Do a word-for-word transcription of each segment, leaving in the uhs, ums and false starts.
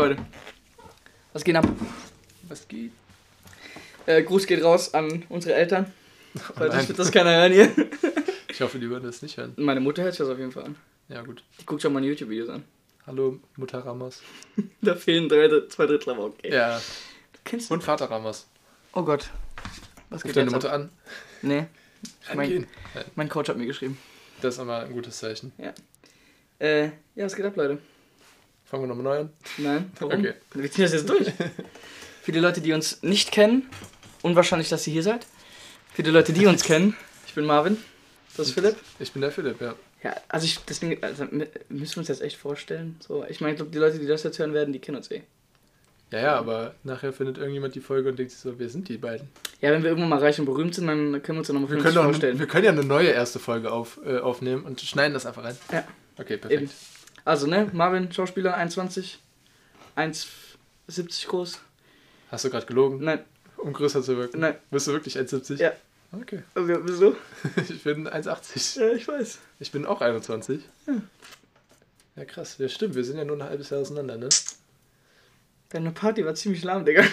Leute? Was geht ab? Was geht? Äh, Gruß geht raus an unsere Eltern. Oh Weil nein. das wird das keiner hören hier. Ich hoffe, die würden das nicht hören. Meine Mutter hört sich das auf jeden Fall an. Ja, gut. Die guckt schon mal YouTube-Videos an. Hallo, Mutter Ramos. Da fehlen drei, zwei Drittel, aber okay. Ja. Du kennst Und Vater Ramos. Oh Gott. Was Ruf geht deine jetzt Mutter ab? an. Nee. Mein, Reingehen. Nein, mein Coach hat mir geschrieben. das ist immer ein gutes Zeichen. Äh, ja, was geht ab, Leute? Fangen wir nochmal neu an? Nein, warum? Okay. Wir ziehen das jetzt durch. Für die Leute, die uns nicht kennen, unwahrscheinlich, dass ihr hier seid. Für die Leute, die uns kennen, ich bin Marvin, das ist Philipp. Ich bin der Philipp, ja. Ja, also ich, deswegen, also müssen wir uns jetzt echt vorstellen. So, ich meine, ich glaube, die Leute, die das jetzt hören werden, die kennen uns eh. Ja, ja, aber nachher findet irgendjemand die Folge und denkt sich so, wer sind die beiden? Ja, wenn wir irgendwann mal reich und berühmt sind, dann können wir uns dann nochmal Wir können, doch, vorstellen. wir können ja eine neue erste Folge auf, äh, aufnehmen und schneiden das einfach rein. Ja. Okay, perfekt. Eben. Also, ne, Marvin, Schauspieler, einundzwanzig, eins siebzig groß. Hast du gerade gelogen? Nein, Um größer zu wirken? nein, Bist du wirklich eins siebzig? Ja. Okay. also, wieso? Ich bin eins achtzig. Ja, ich weiß. Ich bin auch einundzwanzig. Ja. Ja, krass. Ja, stimmt. Wir sind ja nur ein halbes Jahr auseinander, ne? Deine Party war ziemlich lahm, Digga.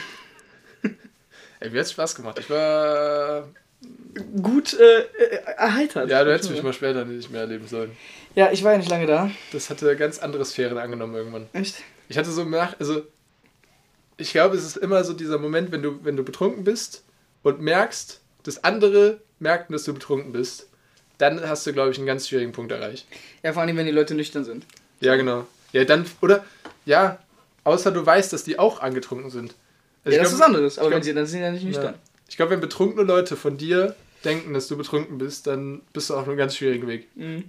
Ey, mir hat's Spaß gemacht. Ich war... Gut äh, äh, erheitert. Ja, du hättest mich mal später nicht mehr erleben sollen. Ja, ich war ja nicht lange da. Das hatte ganz andere Sphären angenommen irgendwann. Echt? Ich hatte so nach... Also, ich glaube, es ist immer so dieser Moment, wenn du, wenn du betrunken bist und merkst, dass andere merken, dass du betrunken bist, dann hast du, glaube ich, einen ganz schwierigen Punkt erreicht. Ja, vor allem, wenn die Leute nüchtern sind. Ja, genau. Ja, dann... Oder... Ja, außer du weißt, dass die auch angetrunken sind. Also Ja, ich das glaub- ist anderes, aber ich glaub- wenn sie, dann sind sie ja nicht nüchtern. Ja. Ich glaube, wenn betrunkene Leute von dir denken, dass du betrunken bist, dann bist du auf einem ganz schwierigen Weg. Mhm.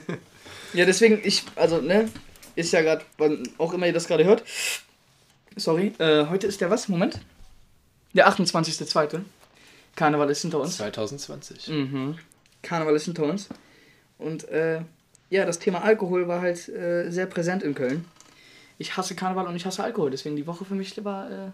Ja, deswegen, ich, also, ne, ist ja gerade, wann auch immer ihr das gerade hört, sorry, äh, heute ist der was? Moment. Der achtundzwanzigster zweite Karneval ist hinter uns. zwanzig zwanzig. Mhm. Karneval ist hinter uns. Und, äh, ja, das Thema Alkohol war halt äh, sehr präsent in Köln. Ich hasse Karneval und ich hasse Alkohol, deswegen die Woche für mich war äh,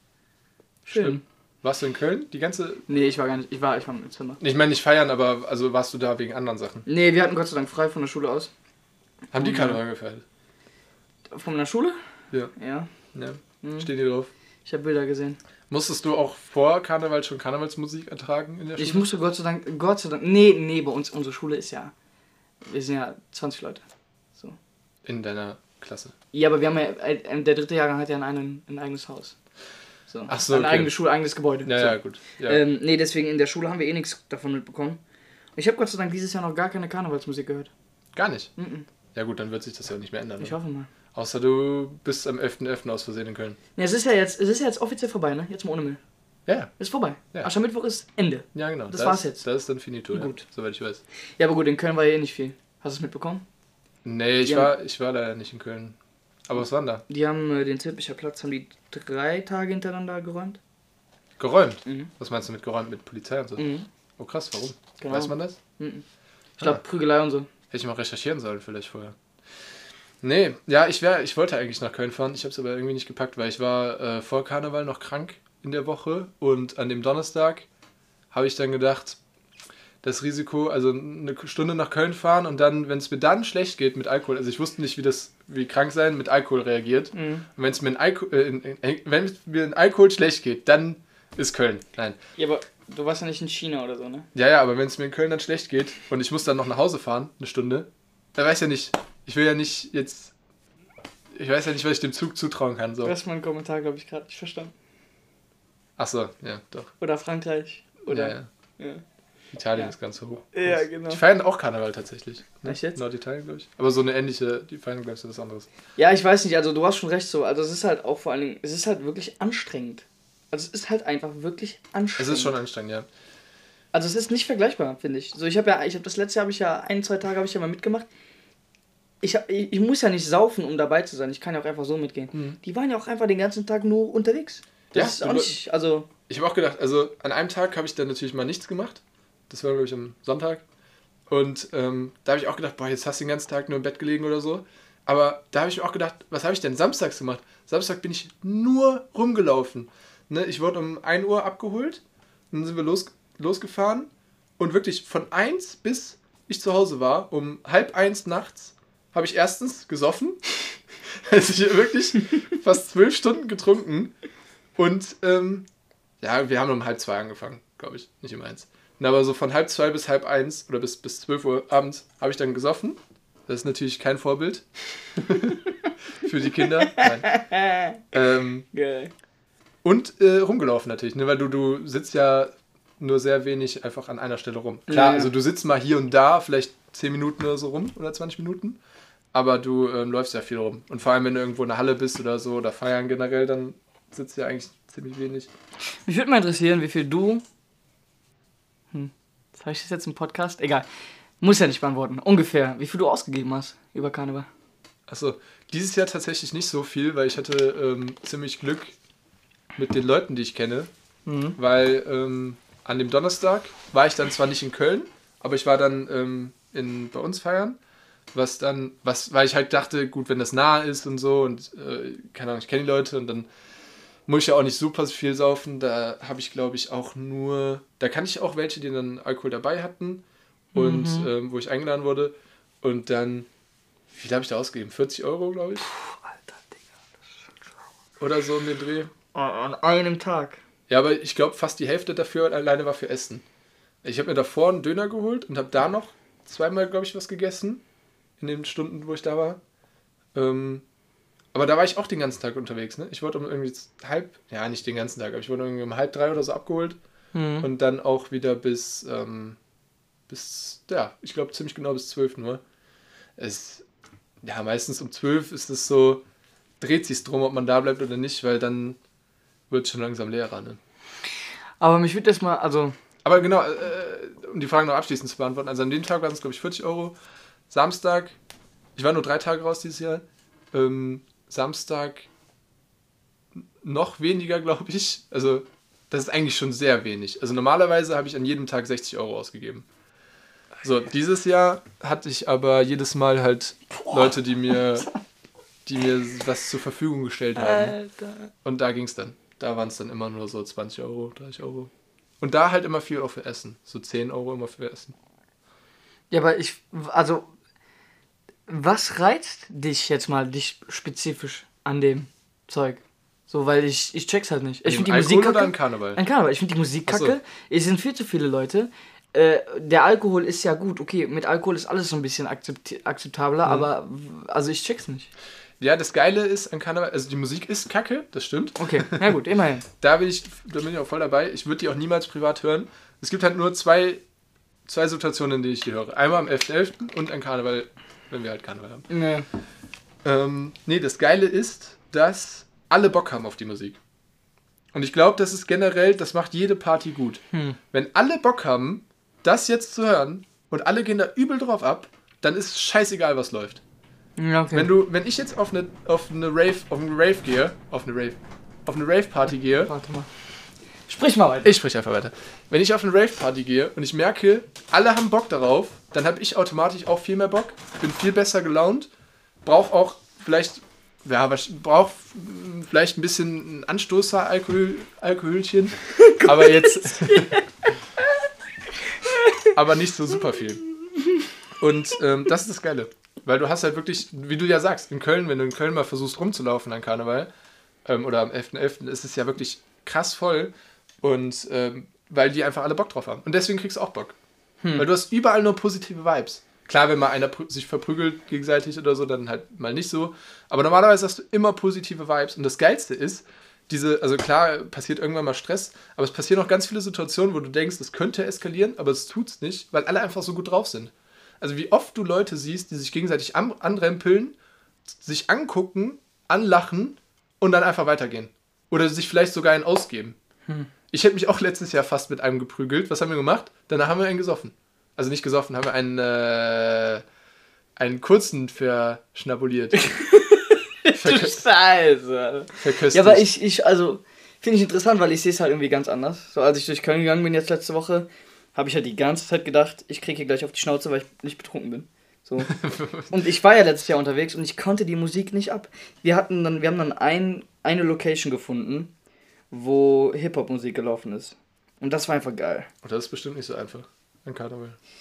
schön. Stimmt. Warst du in Köln? Die ganze... Nee, ich war gar nicht, ich war, ich war im Zimmer. Ich meine nicht feiern, aber also warst du da wegen anderen Sachen? Nee, wir hatten Gott sei Dank frei von der Schule aus. Haben die Ja. Karneval gefeiert? Von der Schule? Ja. Ja. ja. Mhm. Stehen die drauf? Ich habe Bilder gesehen. Musstest du auch vor Karneval schon Karnevalsmusik ertragen in der Schule? Ich musste Gott sei Dank, Gott sei Dank, nee, nee, bei uns, unsere Schule ist ja, wir sind ja zwanzig Leute. So. In deiner Klasse? Ja, aber wir haben ja, äh, der dritte Jahrgang hat ja ein, einen, ein eigenes Haus. So. Ach so, Eine okay. eigene Schule, eigenes Gebäude. Ja, so. ja, gut. Ja. Ähm, nee, deswegen in der Schule haben wir eh nichts davon mitbekommen. Und ich habe Gott sei Dank dieses Jahr noch gar keine Karnevalsmusik gehört. Gar nicht? Mhm. Ja gut, dann wird sich das ja auch nicht mehr ändern. Ich Ne? hoffe mal. Außer du bist am elften elften aus Versehen in Köln. Ja, es ist ja jetzt, es ist ja jetzt offiziell vorbei, ne? Jetzt mal ohne Müll. Ja, Ist vorbei. Ja. Aschermittwoch ist Ende. ja genau. Das war's ist, jetzt. Das ist dann finito, ja. Gut. Soweit ich weiß. Ja, aber gut, in Köln war ja eh nicht viel. Hast du es mitbekommen? Nee, ich Die war, ich war leider nicht in Köln. Aber was war denn da? Die haben äh, den Zülpicher Platz, haben die drei Tage hintereinander geräumt. Geräumt? Mhm. Was meinst du mit geräumt? Mit Polizei und so? Mhm. Oh krass, warum? Genau. Weiß man das? Mhm. Ich glaube, Ah. Prügelei und so. Hätte ich mal recherchieren sollen vielleicht vorher. Nee, ja, ich, wär, ich wollte eigentlich nach Köln fahren. Ich habe es aber irgendwie nicht gepackt, weil ich war äh, vor Karneval noch krank in der Woche. Und an dem Donnerstag habe ich dann gedacht, das Risiko, also eine Stunde nach Köln fahren und dann, wenn es mir dann schlecht geht mit Alkohol, also ich wusste nicht, wie das, wie krank sein mit Alkohol reagiert. Mhm. Und wenn es mir in Alkohol, äh, in, in, wenn es mir in Alkohol schlecht geht, dann ist Köln. Nein. Ja, aber du warst ja nicht in China oder so, ne? Ja, ja, aber wenn es mir in Köln dann schlecht geht und ich muss dann noch nach Hause fahren, eine Stunde, dann weiß ja nicht, ich will ja nicht jetzt, ich weiß ja nicht, was ich dem Zug zutrauen kann. Du So. hast meinen Kommentar, glaube ich, gerade nicht verstanden. Ach so, ja, doch. Oder Frankreich. Oder. Ja, ja. Ja. Italien Ja. ist ganz hoch. Ja, genau. Die feiern auch Karneval tatsächlich. Ne? Echt jetzt? Norditalien, glaube ich. Aber so eine ähnliche, die feiern, glaube ich, so was anderes. Ja, ich weiß nicht, also du hast schon recht so. Also es ist halt auch vor allen Dingen, es ist halt wirklich anstrengend. Also es ist halt einfach wirklich Es anstrengend. ist schon anstrengend, ja. Also es ist nicht vergleichbar, finde ich. So, ich habe ja, ich habe das letzte Jahr habe ich ja ein, zwei Tage habe ich ja mal mitgemacht. Ich, hab, ich, ich muss ja nicht saufen, um dabei zu sein. Ich kann ja auch einfach so mitgehen. Mhm. Die waren ja auch einfach den ganzen Tag nur unterwegs. Das Ja, ist du- auch nicht, also Ich habe auch gedacht, also an einem Tag habe ich dann natürlich mal nichts gemacht. Das war, glaube ich, am Sonntag. Und ähm, da habe ich auch gedacht, boah, jetzt hast du den ganzen Tag nur im Bett gelegen oder so. Aber da habe ich mir auch gedacht, was habe ich denn samstags gemacht? Samstag bin ich nur rumgelaufen. Ne, ich wurde um ein Uhr abgeholt, dann sind wir los, losgefahren und wirklich von eins bis ich zu Hause war, um halb eins nachts, habe ich erstens gesoffen, Also ich habe wirklich fast zwölf Stunden getrunken und ähm, ja, wir haben um halb zwei angefangen, glaube ich, nicht um eins. Und aber so von halb zwei bis halb eins oder bis, bis zwölf Uhr abends habe ich dann gesoffen. Das ist natürlich kein Vorbild für die Kinder. Nein. Ähm, Geil. und äh, rumgelaufen natürlich, ne? Weil du, du sitzt ja nur sehr wenig einfach an einer Stelle rum. Klar, Ja. also du sitzt mal hier und da, vielleicht zehn Minuten oder so rum oder zwanzig Minuten, aber du ähm, läufst ja viel rum. Und vor allem, wenn du irgendwo in der Halle bist oder so oder feiern generell, dann sitzt du ja eigentlich ziemlich wenig. Mich würde mal interessieren, wie viel du... Hm, sag ich das jetzt im Podcast? Egal. Muss ja nicht beantworten. Ungefähr, wie viel du ausgegeben hast über Karneval. Achso, dieses Jahr tatsächlich nicht so viel, weil ich hatte ähm, ziemlich Glück mit den Leuten, die ich kenne, Mhm. weil ähm, an dem Donnerstag war ich dann zwar nicht in Köln, aber ich war dann ähm, in, bei uns feiern, was dann, was, weil ich halt dachte, gut, wenn das nah ist und so und äh, keine Ahnung, ich kenne die Leute und dann muss ich ja auch nicht super viel saufen, da habe ich glaube ich auch nur, da kann ich auch welche, die dann Alkohol dabei hatten und Mhm. ähm, wo ich eingeladen wurde und dann, wie viel habe ich da ausgegeben? vierzig Euro, glaube ich, Alter, Digga. oder so um den Dreh. An einem Tag. Ja, aber ich glaube, fast die Hälfte dafür alleine war für Essen. Ich habe mir davor einen Döner geholt und habe da noch zweimal, glaube ich, was gegessen. In den Stunden, wo ich da war. Ähm, aber da war ich auch den ganzen Tag unterwegs. Ne? Ich wurde um irgendwie halb, ja, nicht den ganzen Tag, aber ich wurde irgendwie um halb drei oder so abgeholt. Mhm. Und dann auch wieder bis, ähm, bis, ja, ich glaube ziemlich genau bis zwölf nur. Es, ja, meistens um zwölf ist es so, dreht sich drum, ob man da bleibt oder nicht, weil dann wird es schon langsam leerer. Ne? Aber mich würde das mal, also... Aber genau, äh, um die Frage noch abschließend zu beantworten, also an dem Tag waren es, glaube ich, vierzig Euro. Samstag, ich war nur drei Tage raus dieses Jahr, ähm, Samstag noch weniger, glaube ich. Also das ist eigentlich schon sehr wenig. Also normalerweise habe ich an jedem Tag sechzig Euro ausgegeben. So, dieses Jahr hatte ich aber jedes Mal halt Leute, die mir, die mir was zur Verfügung gestellt haben. Alter. Und da ging es dann. Da waren es dann immer nur so zwanzig Euro, dreißig Euro. Und da halt immer viel auch für Essen. So zehn Euro immer für Essen. Ja, aber ich, also, was reizt dich jetzt mal, dich spezifisch an dem Zeug? So, weil ich, ich check's halt nicht. Ich finde die Alkohol Musik oder kacke. an Karneval? Ein Karneval. Ich finde die Musik Ach so. kacke. Es sind viel zu viele Leute. Äh, der Alkohol ist ja gut. Okay, mit Alkohol ist alles so ein bisschen akzepti- akzeptabler, Mhm. aber, w- also ich check's nicht. Ja, das Geile ist an Karneval, also die Musik ist kacke, das stimmt. Okay, na gut, immerhin. Da bin ich, da bin ich auch voll dabei. Ich würde die auch niemals privat hören. Es gibt halt nur zwei, zwei Situationen, in denen ich die höre. Einmal am elften elften und an Karneval, wenn wir halt Karneval haben. Nee. Ähm, nee, das Geile ist, dass alle Bock haben auf die Musik. Und ich glaube, das ist generell, das macht jede Party gut. Hm. Wenn alle Bock haben, das jetzt zu hören und alle gehen da übel drauf ab, dann ist es scheißegal, was läuft. Ja, okay. Wenn du, wenn ich jetzt auf eine, auf eine Rave, auf eine Rave gehe, auf eine Rave, auf eine Rave-Party gehe, Warte mal. Sprich mal weiter. ich spreche einfach weiter. Wenn ich auf eine Rave-Party gehe und ich merke, alle haben Bock darauf, dann habe ich automatisch auch viel mehr Bock, bin viel besser gelaunt, brauche auch vielleicht, ja, brauche vielleicht ein bisschen ein Anstoßer Alkohol, Alkoholchen, aber jetzt, aber nicht so super viel. Und ähm, das ist das Geile. Weil du hast halt wirklich, wie du ja sagst, in Köln, wenn du in Köln mal versuchst rumzulaufen an Karneval, ähm, oder am elften elften ist es ja wirklich krass voll. Und ähm, weil die einfach alle Bock drauf haben. Und deswegen kriegst du auch Bock. Hm. Weil du hast überall nur positive Vibes. Klar, wenn mal einer prü- sich verprügelt gegenseitig oder so, dann halt mal nicht so. Aber normalerweise hast du immer positive Vibes. Und das Geilste ist, diese, also klar, passiert irgendwann mal Stress, aber es passieren auch ganz viele Situationen, wo du denkst, es könnte eskalieren, aber es tut's nicht, weil alle einfach so gut drauf sind. Also wie oft du Leute siehst, die sich gegenseitig an, anrempeln, sich angucken, anlachen und dann einfach weitergehen. Oder sich vielleicht sogar einen ausgeben. Hm. Ich hätte mich auch letztes Jahr fast mit einem geprügelt. Was haben wir gemacht? Danach haben wir einen gesoffen. Also nicht gesoffen, haben wir einen, äh, einen kurzen verschnabuliert. Du Scheiße. Verköstigt. Ja, aber ich, ich, also, finde ich interessant, weil ich sehe es halt irgendwie ganz anders. So, als ich durch Köln gegangen bin jetzt letzte Woche, habe ich halt die ganze Zeit gedacht, ich kriege hier gleich auf die Schnauze, weil ich nicht betrunken bin. So. Und ich war ja letztes Jahr unterwegs und ich konnte die Musik nicht ab. Wir hatten dann, wir haben dann ein, eine Location gefunden, wo Hip-Hop-Musik gelaufen ist. Und das war einfach geil. Und das ist bestimmt nicht so einfach. Ein Karneval.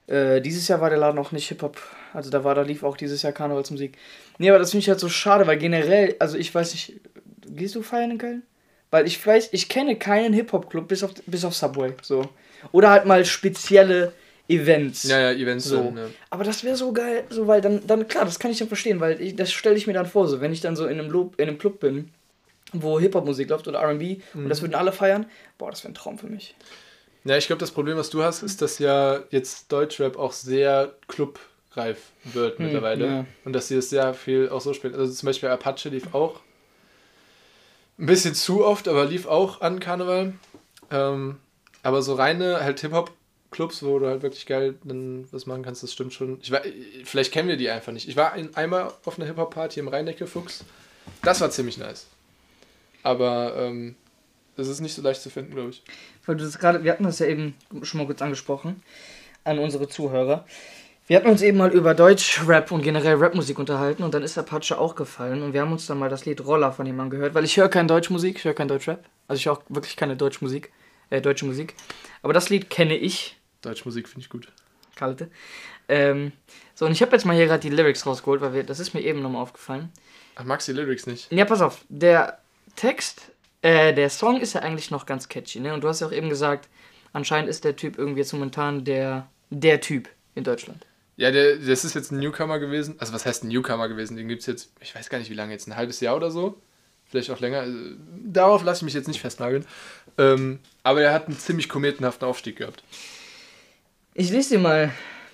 Äh, dieses Jahr war der Laden auch nicht Hip-Hop. Also da war, da lief auch dieses Jahr Karnevalsmusik. Nee, aber das finde ich halt so schade, weil generell, also ich weiß nicht, gehst du feiern in Köln? Weil ich weiß, ich kenne keinen Hip-Hop-Club bis auf, bis auf Subway, so. Oder halt mal spezielle Events. Ja, ja, Events so. dann, ja. Aber das wäre so geil, so, weil dann, dann, klar, das kann ich dann verstehen, weil ich, das stelle ich mir dann vor, so, wenn ich dann so in einem, Loop, in einem Club bin, wo Hip-Hop-Musik läuft oder R and B mhm. und das würden alle feiern, boah, das wäre ein Traum für mich. Ja, ich glaube, das Problem, was du hast, ist, dass ja jetzt Deutschrap auch sehr clubreif wird hm, mittlerweile. Ja. Und dass sie das sehr viel auch so spielen. Also zum Beispiel Apache lief auch ein bisschen zu oft, aber lief auch an Karneval. Ähm, aber so reine halt Hip-Hop-Clubs, wo du halt wirklich geil dann was machen kannst, das stimmt schon. Ich war, vielleicht kennen wir die einfach nicht. Ich war in, einmal auf einer Hip-Hop-Party im Rhein-Necke-Fuchs. Das war ziemlich nice. Aber ähm, das ist nicht so leicht zu finden, glaube ich. Weil du das gerade, wir hatten das ja eben schon mal kurz angesprochen an unsere Zuhörer. Wir hatten uns eben mal über Deutsch-Rap und generell Rapmusik unterhalten und dann ist Apache auch gefallen und wir haben uns dann mal das Lied Roller von ihm angehört, weil ich höre keine Deutschmusik, ich höre kein Deutschrap. Also ich höre auch wirklich keine Deutschmusik, äh, deutsche Musik. Aber das Lied kenne ich. Deutschmusik finde ich gut. Kalte. Ähm, so, und ich habe jetzt mal hier gerade die Lyrics rausgeholt, weil wir, das ist mir eben nochmal aufgefallen. Ach, magst du die Lyrics nicht? Ja, pass auf, der Text, äh, der Song ist ja eigentlich noch ganz catchy, ne? Und du hast ja auch eben gesagt, anscheinend ist der Typ irgendwie jetzt momentan der, der Typ in Deutschland. Ja, der, das ist jetzt ein Newcomer gewesen. Also was heißt ein Newcomer gewesen? Den gibt es jetzt, ich weiß gar nicht wie lange jetzt, ein halbes Jahr oder so. Vielleicht auch länger. Also, darauf lasse ich mich jetzt nicht festnageln. Ähm, aber er hat einen ziemlich kometenhaften Aufstieg gehabt. Ich lese dir mal.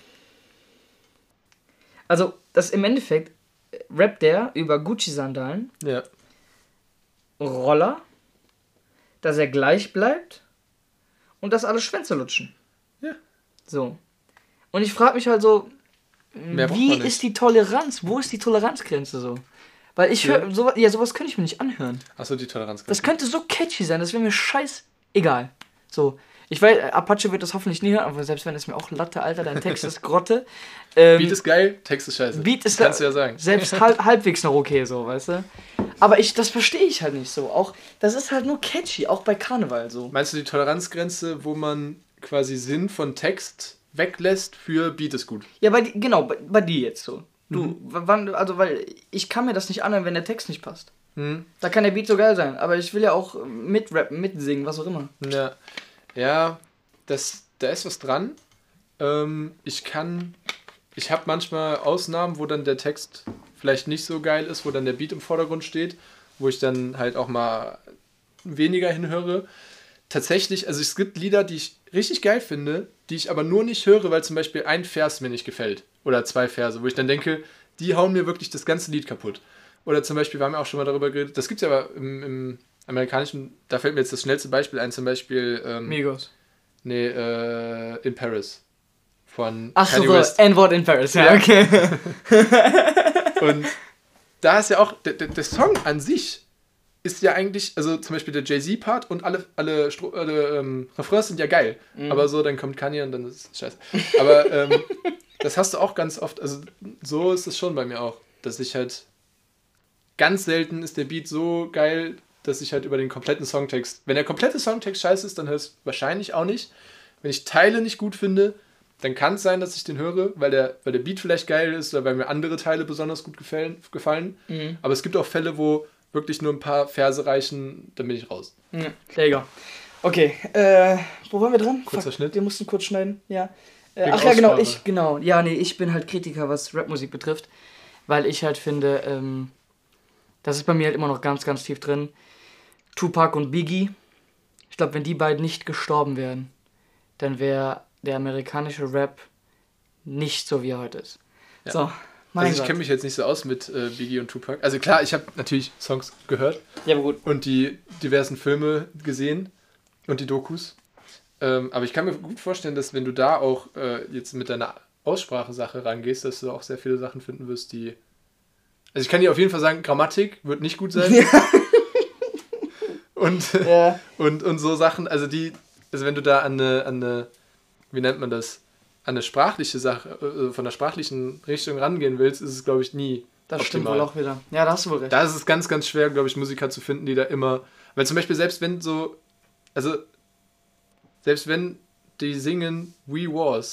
Also, das im Endeffekt rappt der über Gucci-Sandalen, ja. Roller, dass er gleich bleibt und dass alle Schwänze lutschen. Ja. So. Und ich frage mich halt so, Mehr wie ist die Toleranz? Wo ist die Toleranzgrenze so? Weil ich höre, ja. sowas, ja, sowas könnte ich mir nicht anhören. Achso, die Toleranzgrenze. Das könnte so catchy sein, das wäre mir scheißegal. So. Ich weiß, Apache wird das hoffentlich nie hören, aber selbst wenn es mir auch Latte, Alter, dein Text ist Grotte. Ähm, Beat ist geil, Text ist scheiße. Beat ist kannst du ja sagen. Selbst halb, halbwegs noch okay, so, weißt du? Aber ich, das verstehe ich halt nicht so. Auch, das ist halt nur catchy, auch bei Karneval so. Meinst du die Toleranzgrenze, wo man quasi Sinn von Text weglässt für Beat ist gut? Ja, bei, genau, bei, bei dir jetzt so. Du, mhm. wann, also, weil ich kann mir das nicht anhören, wenn der Text nicht passt. Mhm. Da kann der Beat so geil sein, aber ich will ja auch mitrappen, mitsingen, was auch immer. Ja, ja das, da ist was dran. Ähm, ich kann, ich habe manchmal Ausnahmen, wo dann der Text vielleicht nicht so geil ist, wo dann der Beat im Vordergrund steht, wo ich dann halt auch mal weniger hinhöre. Tatsächlich, also es gibt Lieder, die ich richtig geil finde, die ich aber nur nicht höre, weil zum Beispiel ein Vers mir nicht gefällt. Oder zwei Verse, wo ich dann denke, die hauen mir wirklich das ganze Lied kaputt. Oder zum Beispiel, wir haben ja auch schon mal darüber geredet, das gibt es ja aber im, im amerikanischen, da fällt mir jetzt das schnellste Beispiel ein, zum Beispiel ähm, Migos. Nee, äh, In Paris. Von Ach so, N-Wort in Paris, ja, ja. Okay. Und da ist ja auch, der, der, der Song an sich ist ja eigentlich, also zum Beispiel der Jay-Z-Part und alle, alle, Stro- alle ähm, Refrains sind ja geil. Mhm. Aber so, dann kommt Kanye und dann ist es scheiße. Aber ähm, das hast du auch ganz oft, also so ist es schon bei mir auch, dass ich halt, ganz selten ist der Beat so geil, dass ich halt über den kompletten Songtext, wenn der komplette Songtext scheiße ist, dann höre ich es wahrscheinlich auch nicht. Wenn ich Teile nicht gut finde, dann kann es sein, dass ich den höre, weil der, weil der Beat vielleicht geil ist oder weil mir andere Teile besonders gut gefallen. gefallen. Mhm. Aber es gibt auch Fälle, wo wirklich nur ein paar Verse reichen, dann bin ich raus. Ja, Digga. Okay, äh, wo waren wir dran? Kurzer Fuck, Schnitt. Wir mussten kurz schneiden, ja. Äh, ach ja, genau, ich, genau. Ja, nee, ich bin halt Kritiker, was Rapmusik betrifft, weil ich halt finde, ähm, das ist bei mir halt immer noch ganz, ganz tief drin. Tupac und Biggie, ich glaube, wenn die beiden nicht gestorben wären, dann wäre der amerikanische Rap nicht so, wie er heute ist. Ja. So, mein Also ich kenne mich jetzt nicht so aus mit äh, Biggie und Tupac. Also klar, ich habe natürlich Songs gehört. Ja, aber gut. Und die diversen Filme gesehen und die Dokus. Ähm, aber ich kann mir gut vorstellen, dass wenn du da auch äh, jetzt mit deiner Aussprachesache rangehst, dass du auch sehr viele Sachen finden wirst, die... Also ich kann dir auf jeden Fall sagen, Grammatik wird nicht gut sein. Ja. Und, ja. und, und so Sachen, also die, also wenn du da an eine, an eine, wie nennt man das, an eine sprachliche Sache, äh, von der sprachlichen Richtung rangehen willst, ist es, glaube ich, nie Das optimal. Stimmt wohl auch wieder. Ja, da hast du wohl recht. Da ist es ganz, ganz schwer, glaube ich, Musiker zu finden, die da immer, weil zum Beispiel selbst wenn so, also selbst wenn die singen We Was,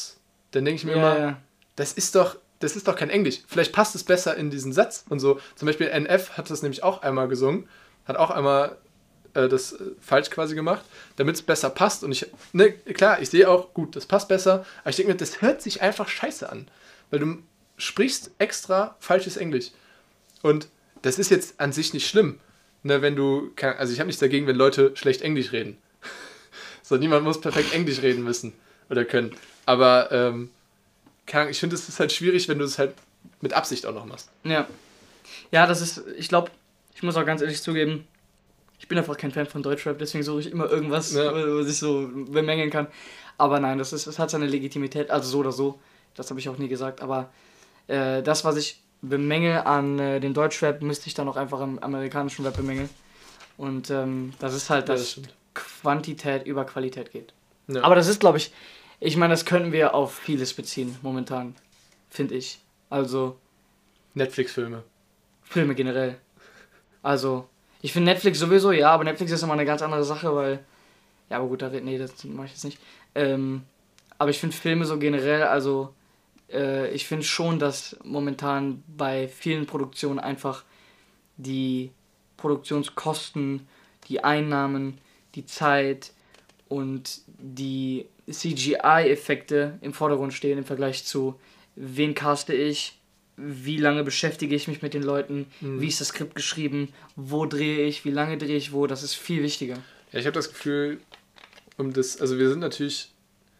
dann denke ich mir Ja, immer, ja. das ist doch, das ist doch kein Englisch. Vielleicht passt es besser in diesen Satz und so. Zum Beispiel N F hat das nämlich auch einmal gesungen, hat auch einmal äh, das äh, falsch quasi gemacht, damit es besser passt. Und ich, ne, klar, ich sehe auch, gut, das passt besser, aber ich denke mir, das hört sich einfach scheiße an. Weil du sprichst extra falsches Englisch. Und das ist jetzt an sich nicht schlimm. Ne, wenn du, also ich habe nichts dagegen, wenn Leute schlecht Englisch reden. So, niemand muss perfekt Englisch reden müssen oder können. Aber ähm, ich finde, es ist halt schwierig, wenn du es halt mit Absicht auch noch machst. Ja. Ja, das ist, ich glaube, ich muss auch ganz ehrlich zugeben, ich bin einfach kein Fan von Deutschrap, deswegen suche ich immer irgendwas, Ja. was ich so bemängeln kann. Aber nein, das, ist, das hat seine Legitimität, also so oder so, das habe ich auch nie gesagt. Aber äh, das, was ich bemängel an äh, dem Deutschrap, müsste ich dann auch einfach im amerikanischen Rap bemängeln. Und ähm, das ist halt, Ja, dass das stimmt. Quantität über Qualität geht. Ja. Aber das ist, glaube ich, ich meine, das können wir auf vieles beziehen, momentan, finde ich. Also Netflix-Filme. Filme generell. Also, ich finde Netflix sowieso, ja, aber Netflix ist immer eine ganz andere Sache, weil, ja, aber gut, da, nee, das mache ich jetzt nicht. Ähm, aber ich finde Filme so generell, also, äh, ich finde schon, dass momentan bei vielen Produktionen einfach die Produktionskosten, die Einnahmen, die Zeit und die C G I-Effekte im Vordergrund stehen im Vergleich zu, wen caste ich, wie lange beschäftige ich mich mit den Leuten, Mhm. wie ist das Skript geschrieben, wo drehe ich, wie lange drehe ich wo, das ist viel wichtiger. Ja, ich habe das Gefühl, um das, also wir sind natürlich,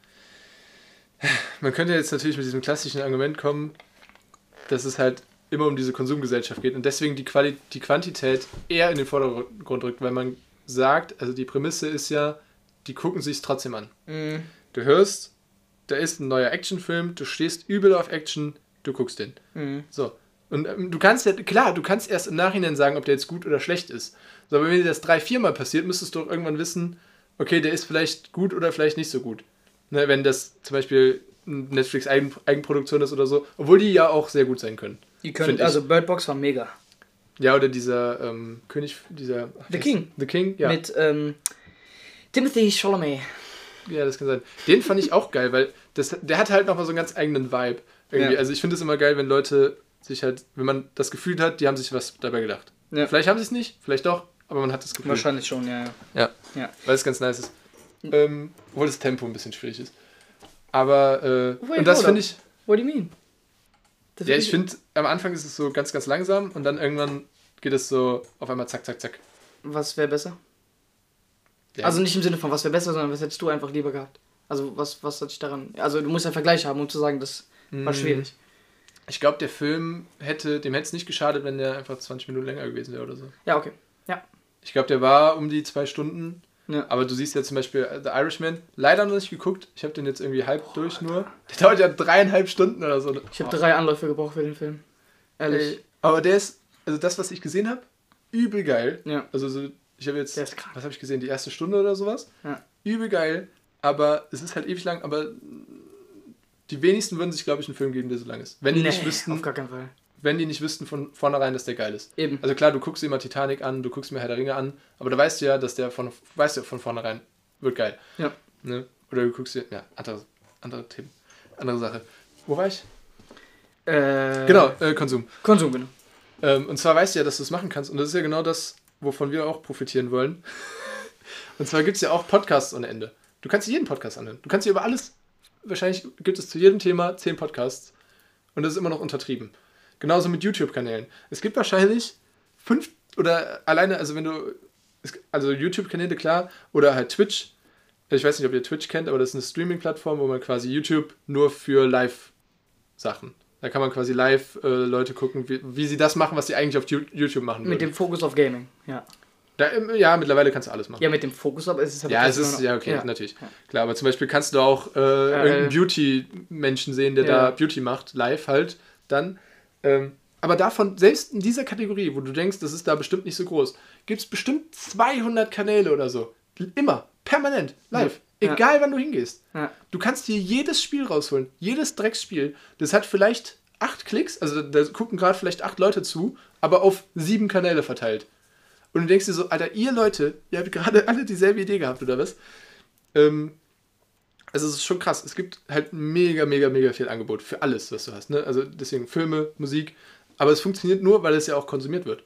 man könnte jetzt natürlich mit diesem klassischen Argument kommen, dass es halt immer um diese Konsumgesellschaft geht und deswegen die, Quali- die Quantität eher in den Vordergrund rückt, weil man sagt, also die Prämisse ist ja, die gucken sich trotzdem an. Mhm. Du hörst, da ist ein neuer Actionfilm, du stehst übel auf Action, du guckst den. Mhm. So. Und ähm, du kannst ja, klar, du kannst erst im Nachhinein sagen, ob der jetzt gut oder schlecht ist. So, aber wenn dir das drei, viermal passiert, müsstest du doch irgendwann wissen, okay, der ist vielleicht gut oder vielleicht nicht so gut. Ne, wenn das zum Beispiel Netflix Eigen, Eigenproduktion ist oder so, obwohl die ja auch sehr gut sein können. Die Find können, ich. also Bird Box war mega. Ja, oder dieser ähm, König, dieser... The King. The King, ja. Mit ähm, Timothy Chalamet. Ja, das kann sein. Den fand ich auch geil, weil das, der hat halt nochmal so einen ganz eigenen Vibe. Irgendwie. Ja. Also ich finde es immer geil, wenn Leute sich halt, wenn man das Gefühl hat, die haben sich was dabei gedacht. Ja. Vielleicht haben sie es nicht, vielleicht doch, aber man hat das Gefühl. Wahrscheinlich schon, ja, ja. Ja, Ja. weil es ganz nice ist. Ähm, obwohl das Tempo ein bisschen schwierig ist. Aber, äh, Wait, und das hold finde up. ich, What do you mean? Das ja, find ich finde, am Anfang ist es so ganz, ganz langsam und dann irgendwann geht es so auf einmal zack, zack, zack. Was wäre besser? Ja. Also nicht im Sinne von, was wäre besser, sondern was hättest du einfach lieber gehabt? Also was, was hat dich daran... Also du musst einen Vergleich haben, um zu sagen, das war Mm, schwierig. Ich glaube, der Film hätte, dem hätte es nicht geschadet, wenn der einfach zwanzig Minuten länger gewesen wäre oder so. Ja, okay. Ich glaube, der war um die zwei Stunden. Ja. Aber du siehst ja zum Beispiel The Irishman, leider noch nicht geguckt. Ich habe den jetzt irgendwie halb durch nur. Der dauert ja dreieinhalb Stunden oder so. Ich habe drei Anläufe gebraucht für den Film. Ehrlich. Ey, aber der ist, also das, was ich gesehen habe, übel geil. Ja. Also so, ich habe jetzt, Der ist krank. was habe ich gesehen, die erste Stunde oder sowas. Ja. Übel geil, aber es ist halt ewig lang, aber die wenigsten würden sich, glaube ich, einen Film geben, der so lang ist. Wenn die Nee, nicht wüssten, auf gar keinen Fall. wenn die nicht wüssten von vornherein, dass der geil ist. Eben. Also klar, du guckst dir immer Titanic an, du guckst mir Herr der Ringe an, aber da weißt du ja, dass der von, weißt du von vornherein, wird geil. Ja. Ne? Oder du guckst dir, ja, andere, andere Themen, andere Sache. Wo war ich? Äh, Genau, äh, Konsum. Konsum, genau. Ähm, und zwar weißt du ja, dass du es machen kannst und das ist ja genau das, wovon wir auch profitieren wollen. Und zwar gibt es ja auch Podcasts ohne Ende. Du kannst dir jeden Podcast anhören. Du kannst dir über alles, wahrscheinlich gibt es zu jedem Thema zehn Podcasts und das ist immer noch untertrieben. Genauso mit YouTube-Kanälen. Es gibt wahrscheinlich fünf oder alleine, also wenn du, also YouTube-Kanäle klar, oder halt Twitch. Ich weiß nicht, ob ihr Twitch kennt, aber das ist eine Streaming-Plattform, wo man quasi YouTube nur für Live-Sachen. Da kann man quasi live äh, Leute gucken, wie, wie sie das machen, was sie eigentlich auf YouTube machen würden. Mit dem Fokus auf Gaming, ja. Da, ja, mittlerweile kannst du alles machen. Ja, mit dem Fokus, aber es ist aber Ja, es trotzdem ist, noch- ja, okay, ja. natürlich. Ja. Klar, aber zum Beispiel kannst du auch äh, irgendeinen äh, Beauty-Menschen sehen, der ja. da Beauty macht, live halt, dann. Ähm, aber davon, selbst in dieser Kategorie, wo du denkst, das ist da bestimmt nicht so groß, gibt es bestimmt zweihundert Kanäle oder so. Immer, permanent, live. Ja. Egal, wann du hingehst. Ja. Du kannst dir jedes Spiel rausholen, jedes Drecksspiel. Das hat vielleicht acht Klicks, also da gucken gerade vielleicht acht Leute zu, aber auf sieben Kanäle verteilt. Und du denkst dir so, Alter, ihr Leute, ihr habt gerade alle dieselbe Idee gehabt, oder was? Ähm, Also es ist schon krass. Es gibt halt mega, mega, mega viel Angebot für alles, was du hast. Ne? Also deswegen Filme, Musik. Aber es funktioniert nur, weil es ja auch konsumiert wird.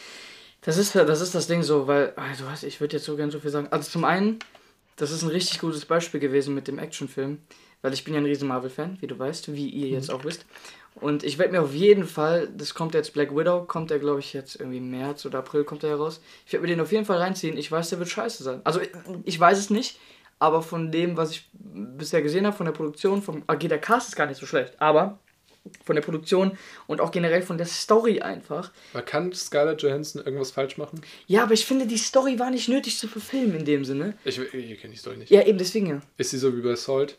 Das ist, das ist das Ding so, weil, also was, ich würde jetzt so gern so viel sagen. Also zum einen, das ist ein richtig gutes Beispiel gewesen mit dem Actionfilm, weil ich bin ja ein riesen Marvel-Fan, wie du weißt, wie ihr jetzt auch wisst. Und ich werde mir auf jeden Fall, das kommt jetzt Black Widow, kommt der glaube ich jetzt irgendwie im März oder April kommt der heraus. Ich werde mir den auf jeden Fall reinziehen. Ich weiß, der wird scheiße sein. Also ich weiß es nicht, aber von dem, was ich bisher gesehen habe, von der Produktion, vom, okay, der Cast ist gar nicht so schlecht, aber von der Produktion und auch generell von der Story einfach. Aber kann Scarlett Johansson irgendwas falsch machen? Ja, aber ich finde, die Story war nicht nötig zu verfilmen in dem Sinne. Ich, ich kenne die Story nicht. Ja, eben deswegen ja. Ist sie so wie bei Salt?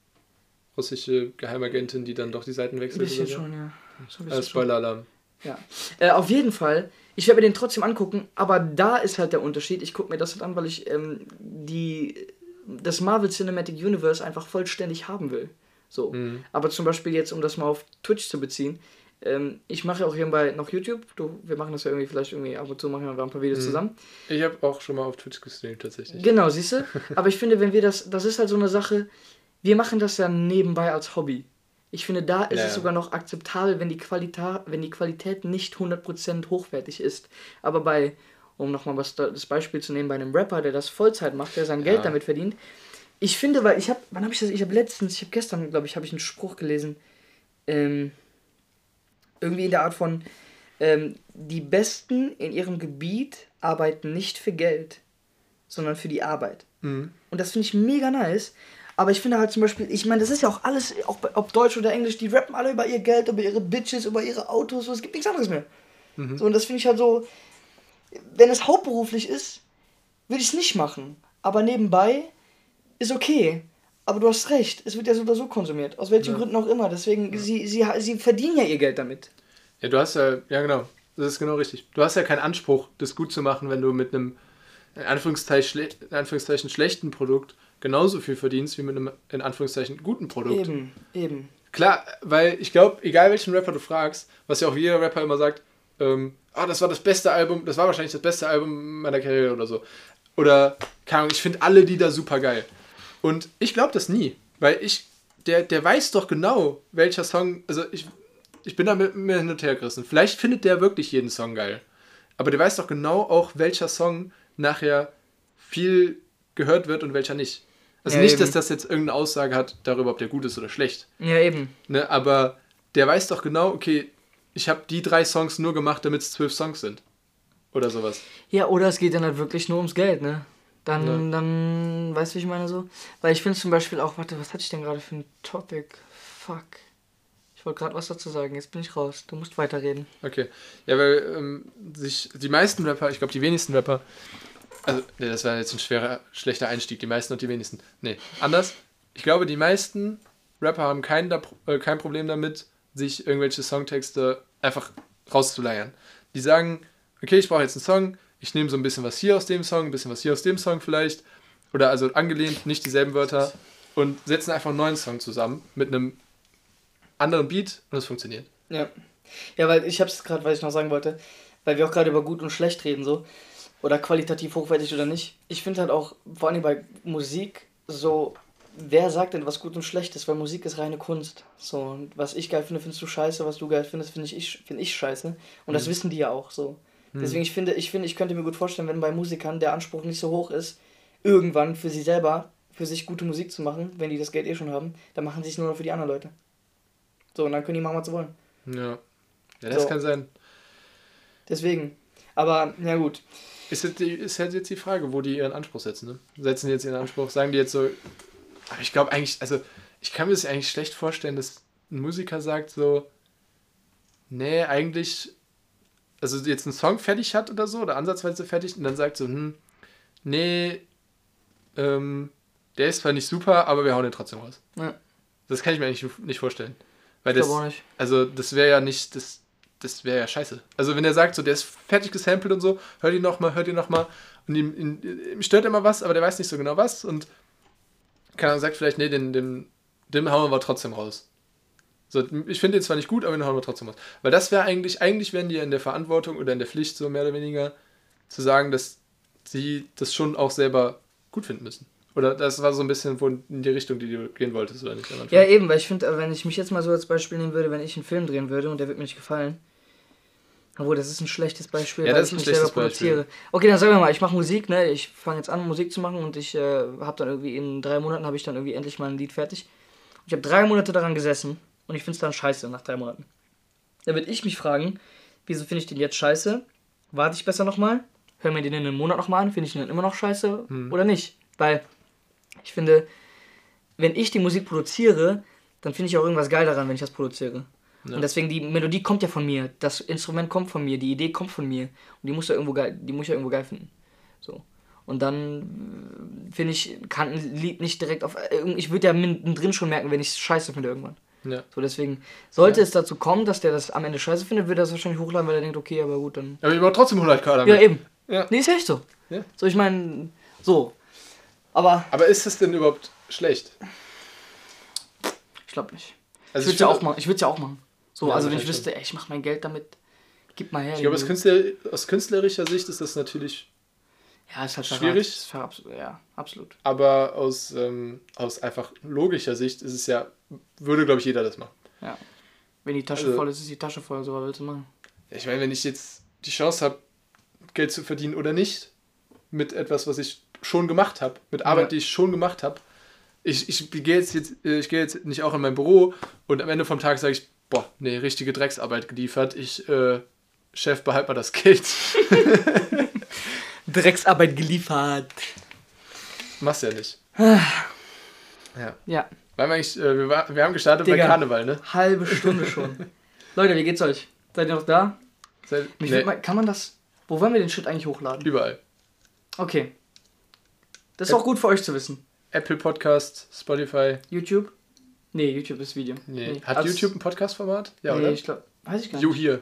Russische Geheimagentin, die dann doch die Seiten Ein wechselt? bisschen oder so? schon, ja. So ein Äh, bisschen Spoiler-Alarm. Ja. Äh, auf jeden Fall. Ich werde mir den trotzdem angucken, aber da ist halt der Unterschied. Ich gucke mir das halt an, weil ich ähm, die, das Marvel Cinematic Universe einfach vollständig haben will. So. Mhm. Aber zum Beispiel jetzt, um das mal auf Twitch zu beziehen, ähm, ich mache ja auch hierbei noch YouTube. Du, wir machen das ja irgendwie, vielleicht irgendwie ab und zu machen wir ein paar Videos Mhm. zusammen. Ich habe auch schon mal auf Twitch gestreamt, tatsächlich. Genau, siehst du? Aber ich finde, wenn wir das, das ist halt so eine Sache, wir machen das ja nebenbei als Hobby. Ich finde, da ist Ja, es ja. sogar noch akzeptabel, wenn die Qualität, wenn die Qualität nicht hundert Prozent hochwertig ist. Aber bei, um nochmal was da- das Beispiel zu nehmen, bei einem Rapper, der das Vollzeit macht, der sein Ja. Geld damit verdient. Ich finde, weil ich habe, wann habe ich das, ich habe letztens, ich habe gestern, glaube ich, habe ich einen Spruch gelesen, ähm, irgendwie in der Art von, ähm, die Besten in ihrem Gebiet arbeiten nicht für Geld, sondern für die Arbeit. Mhm. Und das finde ich mega nice. Aber ich finde halt zum Beispiel, ich meine, das ist ja auch alles, auch bei- ob Deutsch oder Englisch, die rappen alle über ihr Geld, über ihre Bitches, über ihre Autos, so, es gibt nichts anderes mehr. Mhm. So, und das finde ich halt so, wenn es hauptberuflich ist, würde ich es nicht machen. Aber nebenbei ist okay. Aber du hast recht, es wird ja so oder so konsumiert. Aus welchen Ja. Gründen auch immer. Deswegen, sie, sie, sie verdienen ja ihr Geld damit. Ja, du hast ja, ja genau, das ist genau richtig. Du hast ja keinen Anspruch, das gut zu machen, wenn du mit einem in Anführungszeichen, schle in Anführungszeichen schlechten Produkt genauso viel verdienst wie mit einem in Anführungszeichen guten Produkt. Eben, eben. Klar, weil ich glaube, egal welchen Rapper du fragst, was ja auch jeder Rapper immer sagt, ähm, ah, das war das beste Album, das war wahrscheinlich das beste Album meiner Karriere oder so. Oder, keine Ahnung, ich finde alle Lieder super geil. Und ich glaube das nie, weil ich, der, der weiß doch genau, welcher Song, also ich, ich bin da mit mir hin und her gerissen. Vielleicht findet der wirklich jeden Song geil. Aber der weiß doch genau auch, welcher Song nachher viel gehört wird und welcher nicht. Also Ja, nicht, eben. dass das jetzt irgendeine Aussage hat darüber, ob der gut ist oder schlecht. Ja, eben. Ne? Aber der weiß doch genau, okay, ich habe die drei Songs nur gemacht, damit es zwölf Songs sind. Oder sowas. Ja, oder es geht dann halt wirklich nur ums Geld, ne? Dann, Ja. dann, weißt du, wie ich meine so? Weil ich finde zum Beispiel auch, warte, was hatte ich denn gerade für ein Topic? Fuck. Ich wollte gerade was dazu sagen, jetzt bin ich raus. Du musst weiterreden. Okay. Ja, weil ähm, sich die meisten Rapper, ich glaube die wenigsten Rapper, also, ne, das war jetzt ein schwerer, schlechter Einstieg, die meisten und die wenigsten. Nee, anders. Ich glaube, die meisten Rapper haben kein, da, äh, kein Problem damit, sich irgendwelche Songtexte einfach rauszuleiern. Die sagen, okay, ich brauche jetzt einen Song, ich nehme so ein bisschen was hier aus dem Song, ein bisschen was hier aus dem Song vielleicht, oder also angelehnt, nicht dieselben Wörter, und setzen einfach einen neuen Song zusammen mit einem anderen Beat und es funktioniert. Ja. Ja, weil ich hab's gerade, was ich noch sagen wollte, weil wir auch gerade über gut und schlecht reden, so. Oder qualitativ hochwertig oder nicht. Ich finde halt auch, vor allem bei Musik, so, wer sagt denn, was gut und schlecht ist? Weil Musik ist reine Kunst. So, und was ich geil finde, findest du scheiße, was du geil findest, finde ich, find ich scheiße. Und das Mhm. wissen die ja auch so. Deswegen, ich finde, ich finde, ich könnte mir gut vorstellen, wenn bei Musikern der Anspruch nicht so hoch ist, irgendwann für sie selber, für sich gute Musik zu machen, wenn die das Geld eh schon haben, dann machen sie es nur noch für die anderen Leute. So, und dann können die machen, was sie wollen. Ja, ja das So. kann sein. Deswegen. Aber, ja gut. Ist, jetzt die, ist halt jetzt die Frage, wo die ihren Anspruch setzen, ne? Setzen die jetzt ihren Anspruch, sagen die jetzt so, aber ich glaube eigentlich, also ich kann mir das eigentlich schlecht vorstellen, dass ein Musiker sagt so, nee, eigentlich, also jetzt einen Song fertig hat oder so, oder ansatzweise fertig, und dann sagt so, hm, nee, ähm, der ist zwar nicht super, aber wir hauen den trotzdem raus. Ja. Das kann ich mir eigentlich nicht vorstellen. Weil Ich das, glaube auch nicht. also das wäre ja nicht, das, das wäre ja scheiße. Also wenn er sagt, so, der ist fertig gesampelt und so, hört ihn nochmal, hört ihn nochmal, und ihm, ihm, ihm stört immer was, aber der weiß nicht so genau was, und keine Ahnung, sagt vielleicht, nee, den, den, den hauen wir trotzdem raus. So, ich finde den zwar nicht gut, aber den hauen wir trotzdem raus. Weil das wäre eigentlich, eigentlich wären die ja in der Verantwortung oder in der Pflicht, so mehr oder weniger, zu sagen, dass sie das schon auch selber gut finden müssen. Oder das war so ein bisschen wo in die Richtung, die du gehen wolltest, oder nicht? Ja, eben, weil ich finde, wenn ich mich jetzt mal so als Beispiel nehmen würde, wenn ich einen Film drehen würde und der wird mir nicht gefallen. Obwohl, das ist ein schlechtes Beispiel, ja, weil das ist ich ein mich selber Beispiel. produziere. Okay, dann sagen wir mal, ich mache Musik, ne? Ich fange jetzt an, Musik zu machen und ich äh, habe dann irgendwie in drei Monaten habe ich dann irgendwie endlich mal ein Lied fertig. Ich habe drei Monate daran gesessen und ich finde es dann scheiße nach drei Monaten. Dann würde ich mich fragen, wieso finde ich den jetzt scheiße? Warte ich besser nochmal? Hör mir den in einem Monat nochmal an? Finde ich den dann immer noch scheiße hm. oder nicht? Weil ich finde, wenn ich die Musik produziere, dann finde ich auch irgendwas geil daran, wenn ich das produziere. Ja. Und deswegen, die Melodie kommt ja von mir, das Instrument kommt von mir, die Idee kommt von mir. Und die muss ja irgendwo geil, die muss ich ja irgendwo geil finden. So. Und dann, finde ich, kann ein Lied nicht direkt auf... Ich würde ja mittendrin schon merken, wenn ich es scheiße finde irgendwann. Ja. So, deswegen, sollte ja. es dazu kommen, dass der das am Ende scheiße findet, würde er das wahrscheinlich hochladen, weil er denkt, okay, aber gut, dann... Aber ich brauche trotzdem hundert K damit. Ja, eben. Ja. Nee, ist echt so. Ja. So, ich meine, so. Aber... Aber ist es denn überhaupt schlecht? Ich glaube nicht. Also ich würde es ja auch machen. Ich würde es ja auch machen. So, ja, also wenn ich wüsste, ey, ich mache mein Geld damit, gib mal her. Ich glaube, aus, Künstler, aus künstlerischer Sicht ist das natürlich ja, ist halt schwierig. Ist verrat, ja, absolut. Aber aus, ähm, aus einfach logischer Sicht ist es ja, würde, glaube ich, jeder das machen. Ja. Wenn die Tasche also, voll ist, ist die Tasche voll, so was willst du machen? Ich meine, wenn ich jetzt die Chance habe, Geld zu verdienen oder nicht, mit etwas, was ich schon gemacht habe, mit Arbeit, ja. die ich schon gemacht habe, ich, ich gehe jetzt, jetzt, ich geh jetzt nicht auch in mein Büro und am Ende vom Tag sage ich, boah, nee, richtige Drecksarbeit geliefert. Ich, äh, Chef, behalt mal das Geld. Drecksarbeit geliefert. Machst ja nicht. ja. Ja. Weil wir, eigentlich, äh, wir, war, wir haben gestartet Digga, bei Karneval, ne? Halbe Stunde schon. Leute, wie geht's euch? Seid ihr noch da? Seid, Mich nee. mal, kann man das... Wo wollen wir den Shit eigentlich hochladen? Überall. Okay. Das ist App, auch gut für euch zu wissen. Apple Podcast, Spotify. YouTube? Nee, YouTube ist Video. Nee. nee. Hat also, YouTube ein Podcast-Format? Ja, nee, oder? ich glaube... Weiß ich gar nicht. You hier.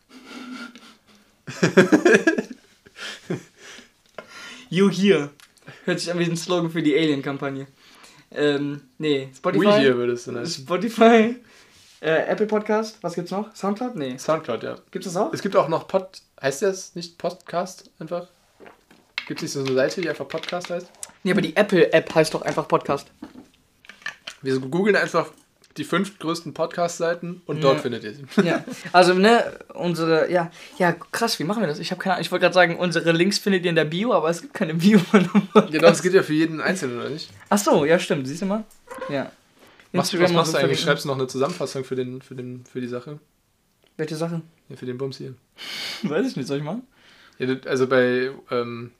You here. Hört sich an wie ein Slogan für die Alien-Kampagne. Ähm, nee, Spotify. We here würdest du nennen. Spotify, äh, Apple Podcast, was gibt's noch? Soundcloud? Nee. Soundcloud, ja. Gibt's das auch? Es gibt auch noch Pod... Heißt das nicht Podcast einfach? Gibt es nicht so eine Seite, die einfach Podcast heißt? Nee, aber die Apple-App heißt doch einfach Podcast. Wir googeln einfach die fünf größten Podcast-Seiten und ja. dort findet ihr sie. Ja, also ne, unsere, ja, ja, krass, wie machen wir das? Ich habe keine Ahnung, ich wollte gerade sagen, unsere Links findet ihr in der Bio, aber es gibt keine Bio von einem Podcast. Genau, das geht ja für jeden Einzelnen, oder nicht? Ach so, ja stimmt, siehst du mal? Ja. Machst, was machst du eigentlich? Schreibst du noch eine Zusammenfassung für, den, für, den, für die Sache? Welche Sache? Ja, für den Bums hier. Weiß ich nicht, soll ich machen? Ja, also bei, ähm,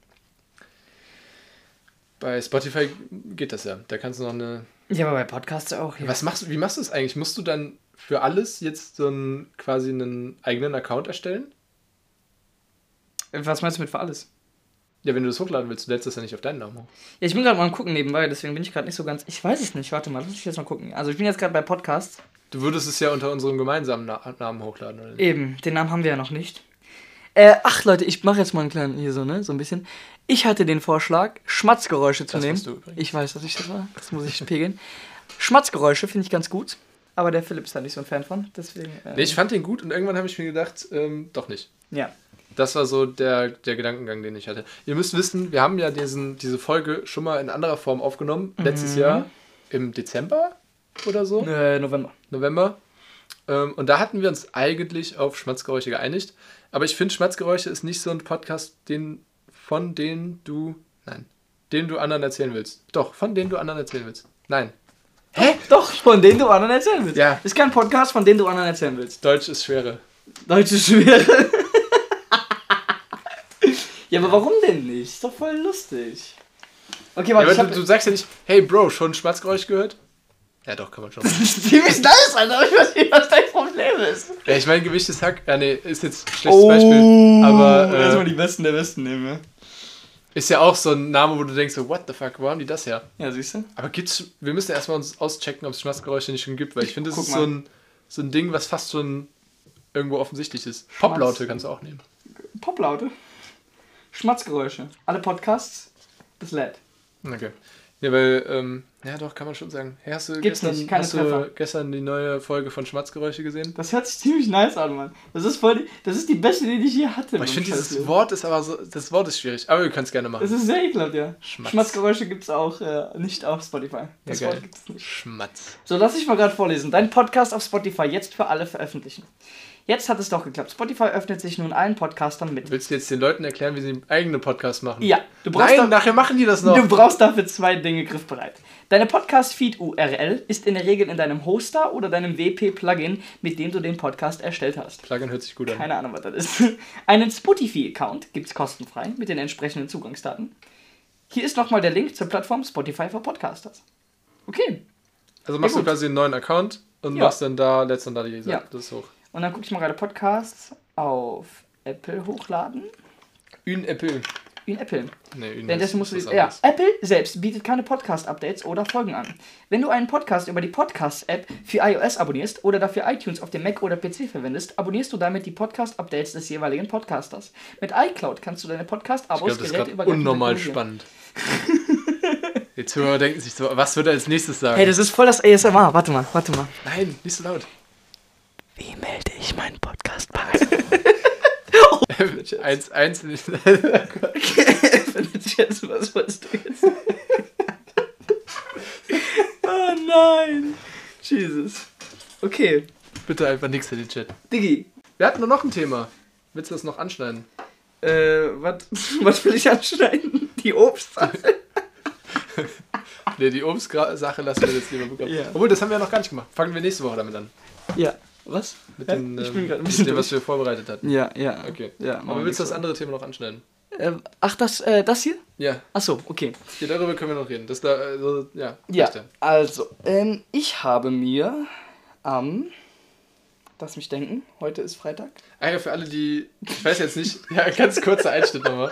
bei Spotify geht das ja. Da kannst du noch eine... Ja, aber bei Podcasts auch. Ja. Was machst du, wie machst du das eigentlich? Musst du dann für alles jetzt so einen, quasi einen eigenen Account erstellen? Was meinst du mit für alles? Ja, wenn du das hochladen willst, du lädst das ja nicht auf deinen Namen hoch. Ja, ich bin gerade mal am gucken nebenbei, deswegen bin ich gerade nicht so ganz... Ich weiß es nicht, warte mal, lass mich jetzt mal gucken. Also ich bin jetzt gerade bei Podcasts. Du würdest es ja unter unserem gemeinsamen Na- Namen hochladen, oder nicht? Eben, den Namen haben wir ja noch nicht. Äh, ach Leute, ich mache jetzt mal einen kleinen, hier so, ne, so ein bisschen. Ich hatte den Vorschlag, Schmatzgeräusche zu das nehmen. Das du übrigens. Ich weiß, dass ich das war, das muss ich pegeln. Schmatzgeräusche finde ich ganz gut, aber der Philipp ist da nicht so ein Fan von, deswegen... Ähm, nee, ich fand den gut und irgendwann habe ich mir gedacht, ähm, doch nicht. Ja. Das war so der, der Gedankengang, den ich hatte. Ihr müsst wissen, wir haben ja diesen, diese Folge schon mal in anderer Form aufgenommen, mhm. letztes Jahr im Dezember oder so. Äh, November. November. Ähm, und da hatten wir uns eigentlich auf Schmatzgeräusche geeinigt. Aber ich finde, Schmatzgeräusche ist nicht so ein Podcast, den, von dem du, nein, den du anderen erzählen willst. Doch, von dem du anderen erzählen willst. Nein. Hä? Doch, von denen du anderen erzählen willst. Ja. Ist kein Podcast, von dem du anderen erzählen willst. Deutsch ist Schwere. Deutsch ist Schwere. Ja, aber warum denn nicht? Ist doch voll lustig. Okay, warte, ja, ich aber hab... du, du sagst ja nicht, hey Bro, schon Schmatzgeräusch gehört? Ja, doch, kann man schon. Ziemlich nice, Alter. Ich weiß nicht, was dein Problem ist. Ja, ich meine, gemischtes Hack, ja, nee, ist jetzt ein schlechtes oh, Beispiel. Aber. Äh, erstmal die Besten der Besten nehmen, ja. Ist ja auch so ein Name, wo du denkst, so, what the fuck, wo haben die das her? Ja, siehst du? Aber gibt's, wir müssen erstmal uns auschecken, ob es Schmatzgeräusche nicht schon gibt, weil ich finde, das ist so ein, so ein Ding, was fast schon irgendwo offensichtlich ist. Schmatz. Poplaute kannst du auch nehmen. Poplaute? Schmatzgeräusche. Alle Podcasts, das lädt. Okay. Ja, weil, ähm, Ja, doch, kann man schon sagen. Hey, hast du, Gibt's gestern, nicht, keine hast Treffer. du gestern die neue Folge von Schmatzgeräusche gesehen? Das hört sich ziemlich nice an, Mann. Das ist voll die, das ist die beste, die ich je hatte. Aber ich beim finde, dieses Scheißleben. Wort ist aber so, das Wort ist schwierig, aber wir können es gerne machen. Das ist sehr ekelhaft, ja. Schmatz. Schmatzgeräusche gibt's auch äh, nicht auf Spotify. Das Ja, Wort geil. gibt's nicht. Schmatz. So, lass ich mal gerade vorlesen. Dein Podcast auf Spotify jetzt für alle veröffentlichen. Jetzt hat es doch geklappt. Spotify öffnet sich nun allen Podcastern mit. Willst du jetzt den Leuten erklären, wie sie einen eigenen Podcast machen? Ja, du brauchst, Nein, da, nachher machen die das noch. du brauchst dafür zwei Dinge griffbereit. Deine Podcast-Feed-U R L ist in der Regel in deinem Hoster oder deinem W P-Plugin, mit dem du den Podcast erstellt hast. Plugin hört sich gut an. Keine Ahnung, was das ist. Einen Spotify-Account gibt's kostenfrei mit den entsprechenden Zugangsdaten. Hier ist nochmal der Link zur Plattform Spotify for Podcasters. Okay. Also machst Ja, du gut. quasi einen neuen Account und Ja. machst dann da, lädst dann da die Seite. Ja. Das ist hoch. Und dann gucke ich mal gerade Podcasts auf Apple hochladen. Une Apple. In Apple. Nee, Une Währenddessen ist musst du was ja, anderes. Apple selbst bietet keine Podcast-Updates oder Folgen an. Wenn du einen Podcast über die Podcast-App für iOS abonnierst oder dafür iTunes auf dem Mac oder P C verwendest, abonnierst du damit die Podcast-Updates des jeweiligen Podcasters. Mit iCloud kannst du deine Ich Podcast-Abos glaube, das ist gerade geräteübergreifend unnormal synchronisieren. spannend. Die Zuhörer denken sich so, was wird er als nächstes sagen? Hey, das ist voll das A S M R. Warte mal, warte mal. Nein, nicht so laut. Wie melde ich meinen Podcast bei? eins, eins. Was wolltest du jetzt? Oh nein. Jesus. Okay. Bitte einfach nichts in den Chat. Diggi. Wir hatten nur noch ein Thema. Willst du das noch anschneiden? Äh, was, was will ich anschneiden? Die Obstsache? Ne, die Obstsache lassen wir jetzt lieber bekommen. Ja. Obwohl, das haben wir ja noch gar nicht gemacht. Fangen wir nächste Woche damit an. Ja. Was? Mit, Hä? den, Ich ähm, bin gerade ein mit bisschen dem, was durch. wir vorbereitet hatten. Ja, ja. Okay. Ja, Aber willst du das andere Thema noch anschneiden? Äh, ach, das, äh, das hier? Ja. Ach so, okay. Ja, darüber können wir noch reden. Das da, also, ja. Ja, Rechte. also, ähm, ich habe mir am... Lass mich denken, heute ist Freitag. Ah ja, für alle, die. Ich weiß jetzt nicht. Ja, ganz kurzer Einschnitt nochmal.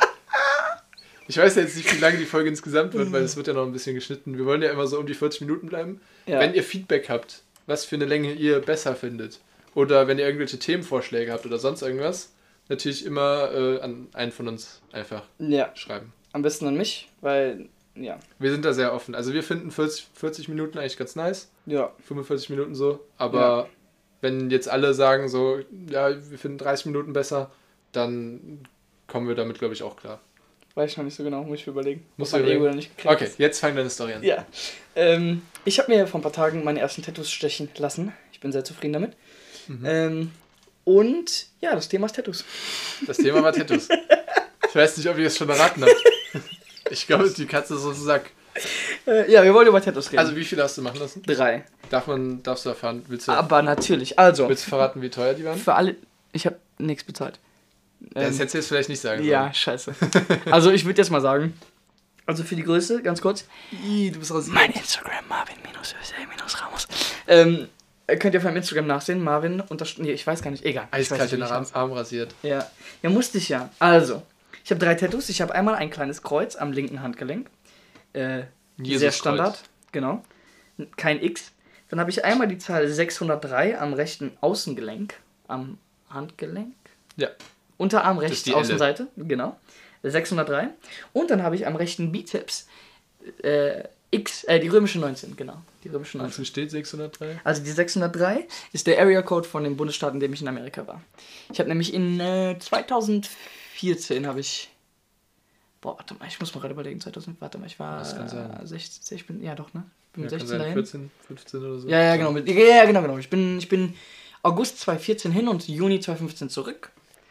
Ich weiß jetzt nicht, wie lange die Folge insgesamt wird, weil es wird ja noch ein bisschen geschnitten. Wir wollen ja immer so um die vierzig Minuten bleiben. Ja. Wenn ihr Feedback habt, was für eine Länge ihr besser findet, oder wenn ihr irgendwelche Themenvorschläge habt oder sonst irgendwas, natürlich immer äh, an einen von uns einfach Ja, schreiben. am besten an mich, weil, ja. Wir sind da sehr offen. Also wir finden vierzig, vierzig Minuten eigentlich ganz nice. Ja, fünfundvierzig Minuten so. Aber Ja. wenn jetzt alle sagen so, ja, wir finden dreißig Minuten besser, dann kommen wir damit, glaube ich, auch klar. weiß ich noch nicht so genau, muss ich mir überlegen. Musst ob du mein Ego überlegen? da nicht gekriegt Okay, ist. jetzt fang deine Story an. Ja. Ähm, ich habe mir vor ein paar Tagen meine ersten Tattoos stechen lassen. Ich bin sehr zufrieden damit. Mhm. Ähm, und ja, das Thema ist Tattoos. Das Thema war Tattoos. Ich weiß nicht, ob ihr es schon erraten habt. Ich glaube, die Katze ist so ein Sack. Äh, ja, wir wollen über Tattoos reden. Also wie viele hast du machen lassen? drei. Darf man, darfst du erfahren? Willst du, Aber natürlich, also, willst du verraten, wie teuer die waren? für alle, ich habe nichts bezahlt. Das Ähm, hättest du jetzt vielleicht nicht sagen sollen. ja, scheiße. Also ich würde jetzt mal sagen, also für die Größe, ganz kurz, Ih, du bist rasiert. mein Instagram, Marvin-Ramos. Ähm, könnt ihr auf meinem Instagram nachsehen, Marvin, unterst- nee, ich weiß gar nicht, egal. Ich weiß Eiskalt nicht, den wie ich Arm, heiße. Arm rasiert. Ja, ja, musste ich ja. Also, ich habe drei Tattoos. Ich habe einmal ein kleines Kreuz am linken Handgelenk. Äh, Jesus sehr Standard, Kreuz. genau. Kein X. Dann habe ich einmal die Zahl sechshundertdrei am rechten Außengelenk. Am Handgelenk? Ja. Unterarm ist rechts, die Ende. Außenseite, genau. sechshundertdrei. Und dann habe ich am rechten Bizeps äh, X, äh, die römische neunzehn, genau. Die römische neunzehn. Wofür steht sechshundertdrei? Also die sechshundertdrei ist der Area Code von dem Bundesstaat, in dem ich in Amerika war. Ich habe nämlich in äh, zweitausendvierzehn habe ich... Boah, warte mal, ich muss mal gerade überlegen. zweitausend, warte mal, ich war Das kann sein. sechzehn, ich bin, ja doch, ne? Ich bin Ja, mit kann sechzehn sein, dahin. vierzehn, fünfzehn oder so. Ja, ja, genau. Mit, ja, ja, genau, genau. Ich bin, ich bin August zweitausendvierzehn hin und Juni zweitausendfünfzehn zurück.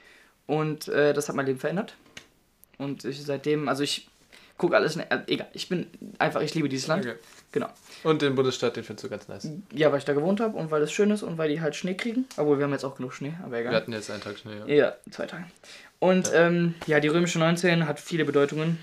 Und äh, das hat mein Leben verändert. Und ich seitdem, also ich gucke alles, äh, egal, ich bin einfach, ich liebe dieses Land. Okay. Genau. Und den Bundesstaat, den findest du ganz nice. Ja, weil ich da gewohnt habe und weil es schön ist und weil die halt Schnee kriegen. Obwohl, wir haben jetzt auch genug Schnee, aber egal. Wir hatten jetzt einen Tag Schnee, ja. Ja, zwei Tage. Und ja, ähm, ja die römische neunzehn hat viele Bedeutungen.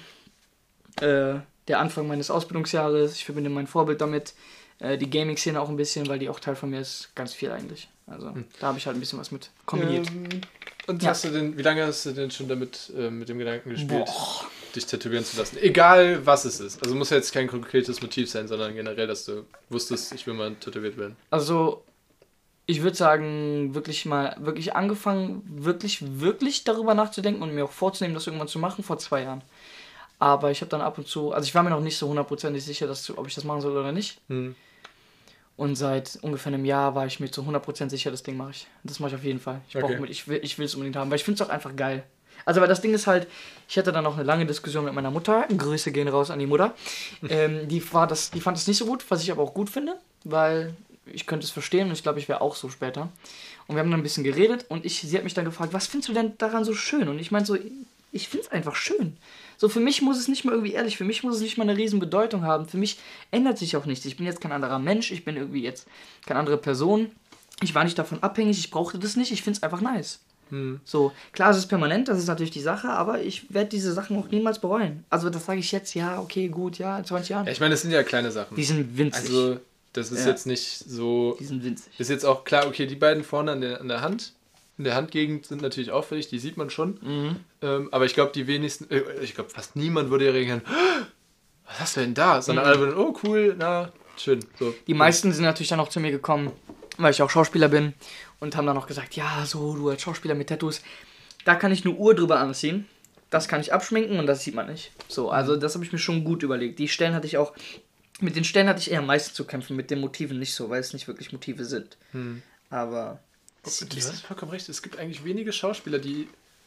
Äh, der Anfang meines Ausbildungsjahres, ich verbinde mein Vorbild damit. Äh, die Gaming-Szene auch ein bisschen, weil die auch Teil von mir ist. Ganz viel eigentlich. Also Hm. da habe ich halt ein bisschen was mit kombiniert. Ähm, und Ja. hast du denn, wie lange hast du denn schon damit äh, mit dem Gedanken gespielt, Boah. dich tätowieren zu lassen? Egal was es ist. Also muss ja jetzt kein konkretes Motiv sein, sondern generell, dass du wusstest, ich will mal tätowiert werden. Also, ich würde sagen, wirklich mal, wirklich angefangen, wirklich, wirklich darüber nachzudenken und mir auch vorzunehmen, das irgendwann zu machen, vor zwei Jahren. Aber ich habe dann ab und zu, also ich war mir noch nicht so hundertprozentig sicher, dass, ob ich das machen soll oder nicht. Hm. Und seit ungefähr einem Jahr war ich mir zu hundert Prozent sicher, das Ding mache ich. Das mache ich auf jeden Fall. Ich, Okay. mit, ich will ich will es unbedingt haben, weil ich finde es auch einfach geil. Also, weil das Ding ist halt, ich hatte dann noch eine lange Diskussion mit meiner Mutter. Grüße gehen raus an die Mutter. ähm, die, war das, die fand es nicht so gut, was ich aber auch gut finde, weil ich könnte es verstehen und ich glaube, ich wäre auch so später. Und wir haben dann ein bisschen geredet und ich, sie hat mich dann gefragt, was findest du denn daran so schön? Und ich meinte so, ich finde es einfach schön. So, für mich muss es nicht mal irgendwie ehrlich, für mich muss es nicht mal eine riesen Bedeutung haben. Für mich ändert sich auch nichts. Ich bin jetzt kein anderer Mensch, ich bin irgendwie jetzt keine andere Person. Ich war nicht davon abhängig, ich brauchte das nicht, ich finde es einfach nice. Hm. So, klar, es ist permanent, das ist natürlich die Sache, aber ich werde diese Sachen auch niemals bereuen. Also das sage ich jetzt, ja, okay, gut, ja, in zwanzig Jahren. Ja, ich meine, das sind ja kleine Sachen. Die sind winzig. Also, das ist Ja. jetzt nicht so... Die sind winzig. Ist jetzt auch klar, okay, die beiden vorne an der, an der Hand, in der Handgegend sind natürlich auffällig, die sieht man schon. Mhm. Ähm, aber ich glaube, die wenigsten, äh, ich glaube, fast niemand würde ja reagieren, was hast du denn da? Sondern Mhm. alle würden, oh cool, na, schön. So. Die meisten sind natürlich dann auch zu mir gekommen, weil ich auch Schauspieler bin und haben dann auch gesagt, ja, so, du als Schauspieler mit Tattoos, da kann ich eine Uhr drüber anziehen, das kann ich abschminken und das sieht man nicht. So, also das habe ich mir schon gut überlegt. Die Stellen hatte ich auch, mit den Stellen hatte ich eher am meisten zu kämpfen, mit den Motiven nicht so, weil es nicht wirklich Motive sind. Hm. Aber... Du hast vollkommen recht, es gibt eigentlich wenige Schauspieler, die,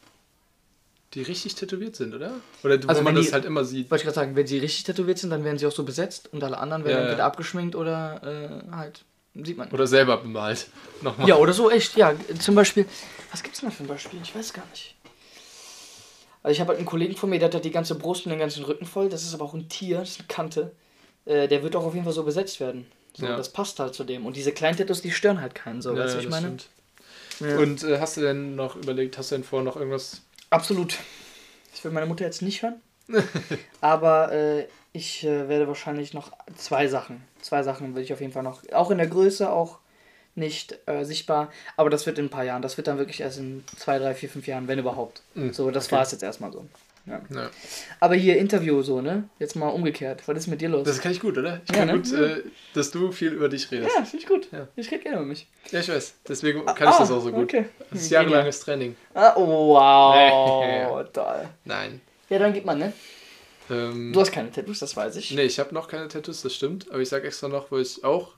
die richtig tätowiert sind, oder? Oder wo Also man wenn das die- halt immer sieht. Wollte ich gerade sagen, wenn sie richtig tätowiert sind, dann werden sie auch so besetzt und alle anderen werden Ja, ja. entweder abgeschminkt oder äh, halt, sieht man. Oder selber bemalt. Nochmal. Ja, oder so, echt, ja. Zum Beispiel, was gibt's denn da für ein Beispiel? Ich weiß gar nicht. Also ich habe halt einen Kollegen von mir, der hat halt die ganze Brust und den ganzen Rücken voll, das ist aber auch ein Tier, das ist eine Kante. Äh, der wird auch auf jeden Fall so besetzt werden. So, Ja. das passt halt zu dem. Und diese kleinen Tattoos, die stören halt keinen, so, Ja, weißt du, ja, was ich das meine? stimmt. Ja. Und äh, hast du denn noch überlegt, hast du denn vor noch irgendwas? Absolut. Das will meine Mutter jetzt nicht hören. Aber äh, ich äh, werde wahrscheinlich noch zwei Sachen. Zwei Sachen will ich auf jeden Fall noch. Auch in der Größe, auch nicht äh, sichtbar. Aber das wird in ein paar Jahren. Das wird dann wirklich erst in zwei, drei, vier, fünf Jahren, wenn überhaupt. Mhm, So, das okay. war es jetzt erstmal so. Ja. Ja. Aber hier Interview so, ne? Jetzt mal umgekehrt. Was ist mit dir los? Das kann ich gut, oder? Ich Ja, kann ne? gut, äh, dass du viel über dich redest. ja, finde ich gut. Ja. Ich rede gerne über mich. Ja, ich weiß. Deswegen kann ich das auch so gut. Okay. Das ist jahrelanges Training. Ah, oh, wow. Ja. Toll. Nein. Ja, dann gib mal, ne? Ähm, Du hast keine Tattoos, das weiß ich. nee, ich habe noch keine Tattoos, das stimmt. Aber ich sage extra noch, weil ich auch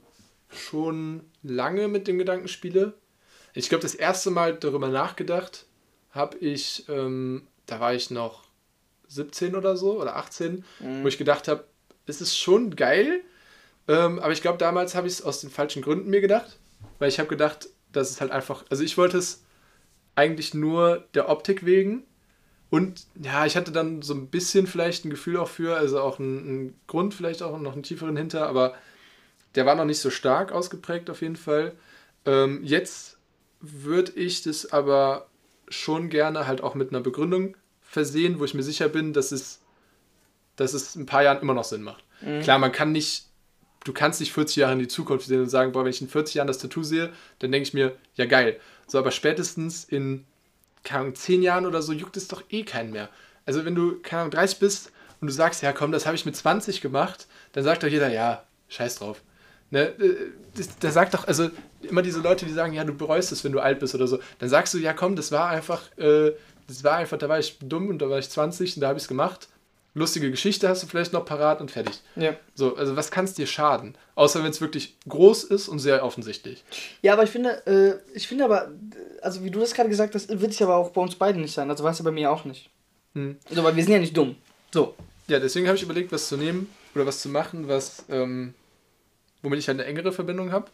schon lange mit dem Gedanken spiele. Ich glaube, das erste Mal darüber nachgedacht habe ich, ähm, da war ich noch siebzehn oder so oder achtzehn, Mhm. wo ich gedacht habe, es ist schon geil, ähm, aber ich glaube, damals habe ich es aus den falschen Gründen mir gedacht, weil ich habe gedacht, dass es halt einfach, also ich wollte es eigentlich nur der Optik wegen und ja, ich hatte dann so ein bisschen vielleicht ein Gefühl auch für, also auch einen Grund vielleicht auch noch einen tieferen hinter, aber der war noch nicht so stark ausgeprägt auf jeden Fall. Ähm, jetzt würde ich das aber schon gerne halt auch mit einer Begründung versehen, wo ich mir sicher bin, dass es, dass es in ein paar Jahren immer noch Sinn macht. Mhm. Klar, man kann nicht, du kannst nicht vierzig Jahre in die Zukunft sehen und sagen, boah, wenn ich in vierzig Jahren das Tattoo sehe, dann denke ich mir, ja geil. So, aber spätestens in, keine Ahnung, zehn Jahren oder so juckt es doch eh keinen mehr. Also wenn du, keine Ahnung, dreißig bist und du sagst, ja komm, das habe ich mit zwanzig gemacht, dann sagt doch jeder, ja, scheiß drauf. Ne, das, da sagt doch, also immer diese Leute, die sagen, ja, du bereust es, wenn du alt bist oder so, dann sagst du, ja komm, das war einfach, äh, das war einfach, da war ich dumm und da war ich zwanzig und da habe ich es gemacht. Lustige Geschichte hast du vielleicht noch parat und fertig. Ja. So, also was kann es dir schaden? Außer wenn es wirklich groß ist und sehr offensichtlich. Ja, aber ich finde, äh, ich finde aber, also wie du das gerade gesagt hast, wird es ja aber auch bei uns beiden nicht sein. Also war es ja bei mir auch nicht. Hm. So, weil wir sind ja nicht dumm. So. Ja, deswegen habe ich überlegt, was zu nehmen oder was zu machen, was, ähm, womit ich halt eine engere Verbindung habe.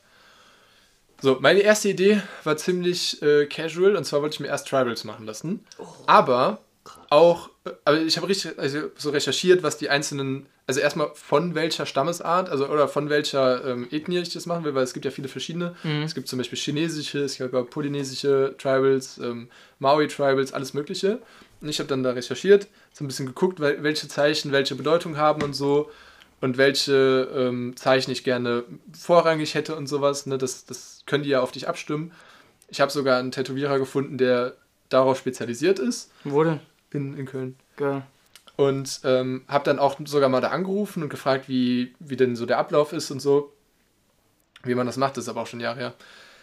So, meine erste Idee war ziemlich äh, casual und zwar wollte ich mir erst Tribals machen lassen. Aber auch, äh, aber ich habe richtig also so recherchiert, was die einzelnen, also erstmal von welcher Stammesart, also oder von welcher ähm, Ethnie ich das machen will, weil es gibt ja viele verschiedene. Mhm. Es gibt zum Beispiel chinesische, es gibt aber polynesische Tribals, ähm, Maori-Tribals, alles mögliche. Und ich habe dann da recherchiert, so ein bisschen geguckt, wel- welche Zeichen welche Bedeutung haben und so. Und welche ähm, Zeichen ich gerne vorrangig hätte und sowas. Ne? Das, das können die ja auf dich abstimmen. Ich habe sogar einen Tätowierer gefunden, der darauf spezialisiert ist. Wo denn? In, in Köln. Geil. Und ähm, habe dann auch sogar mal da angerufen und gefragt, wie, wie denn so der Ablauf ist und so. Wie man das macht, das ist aber auch schon Jahre her.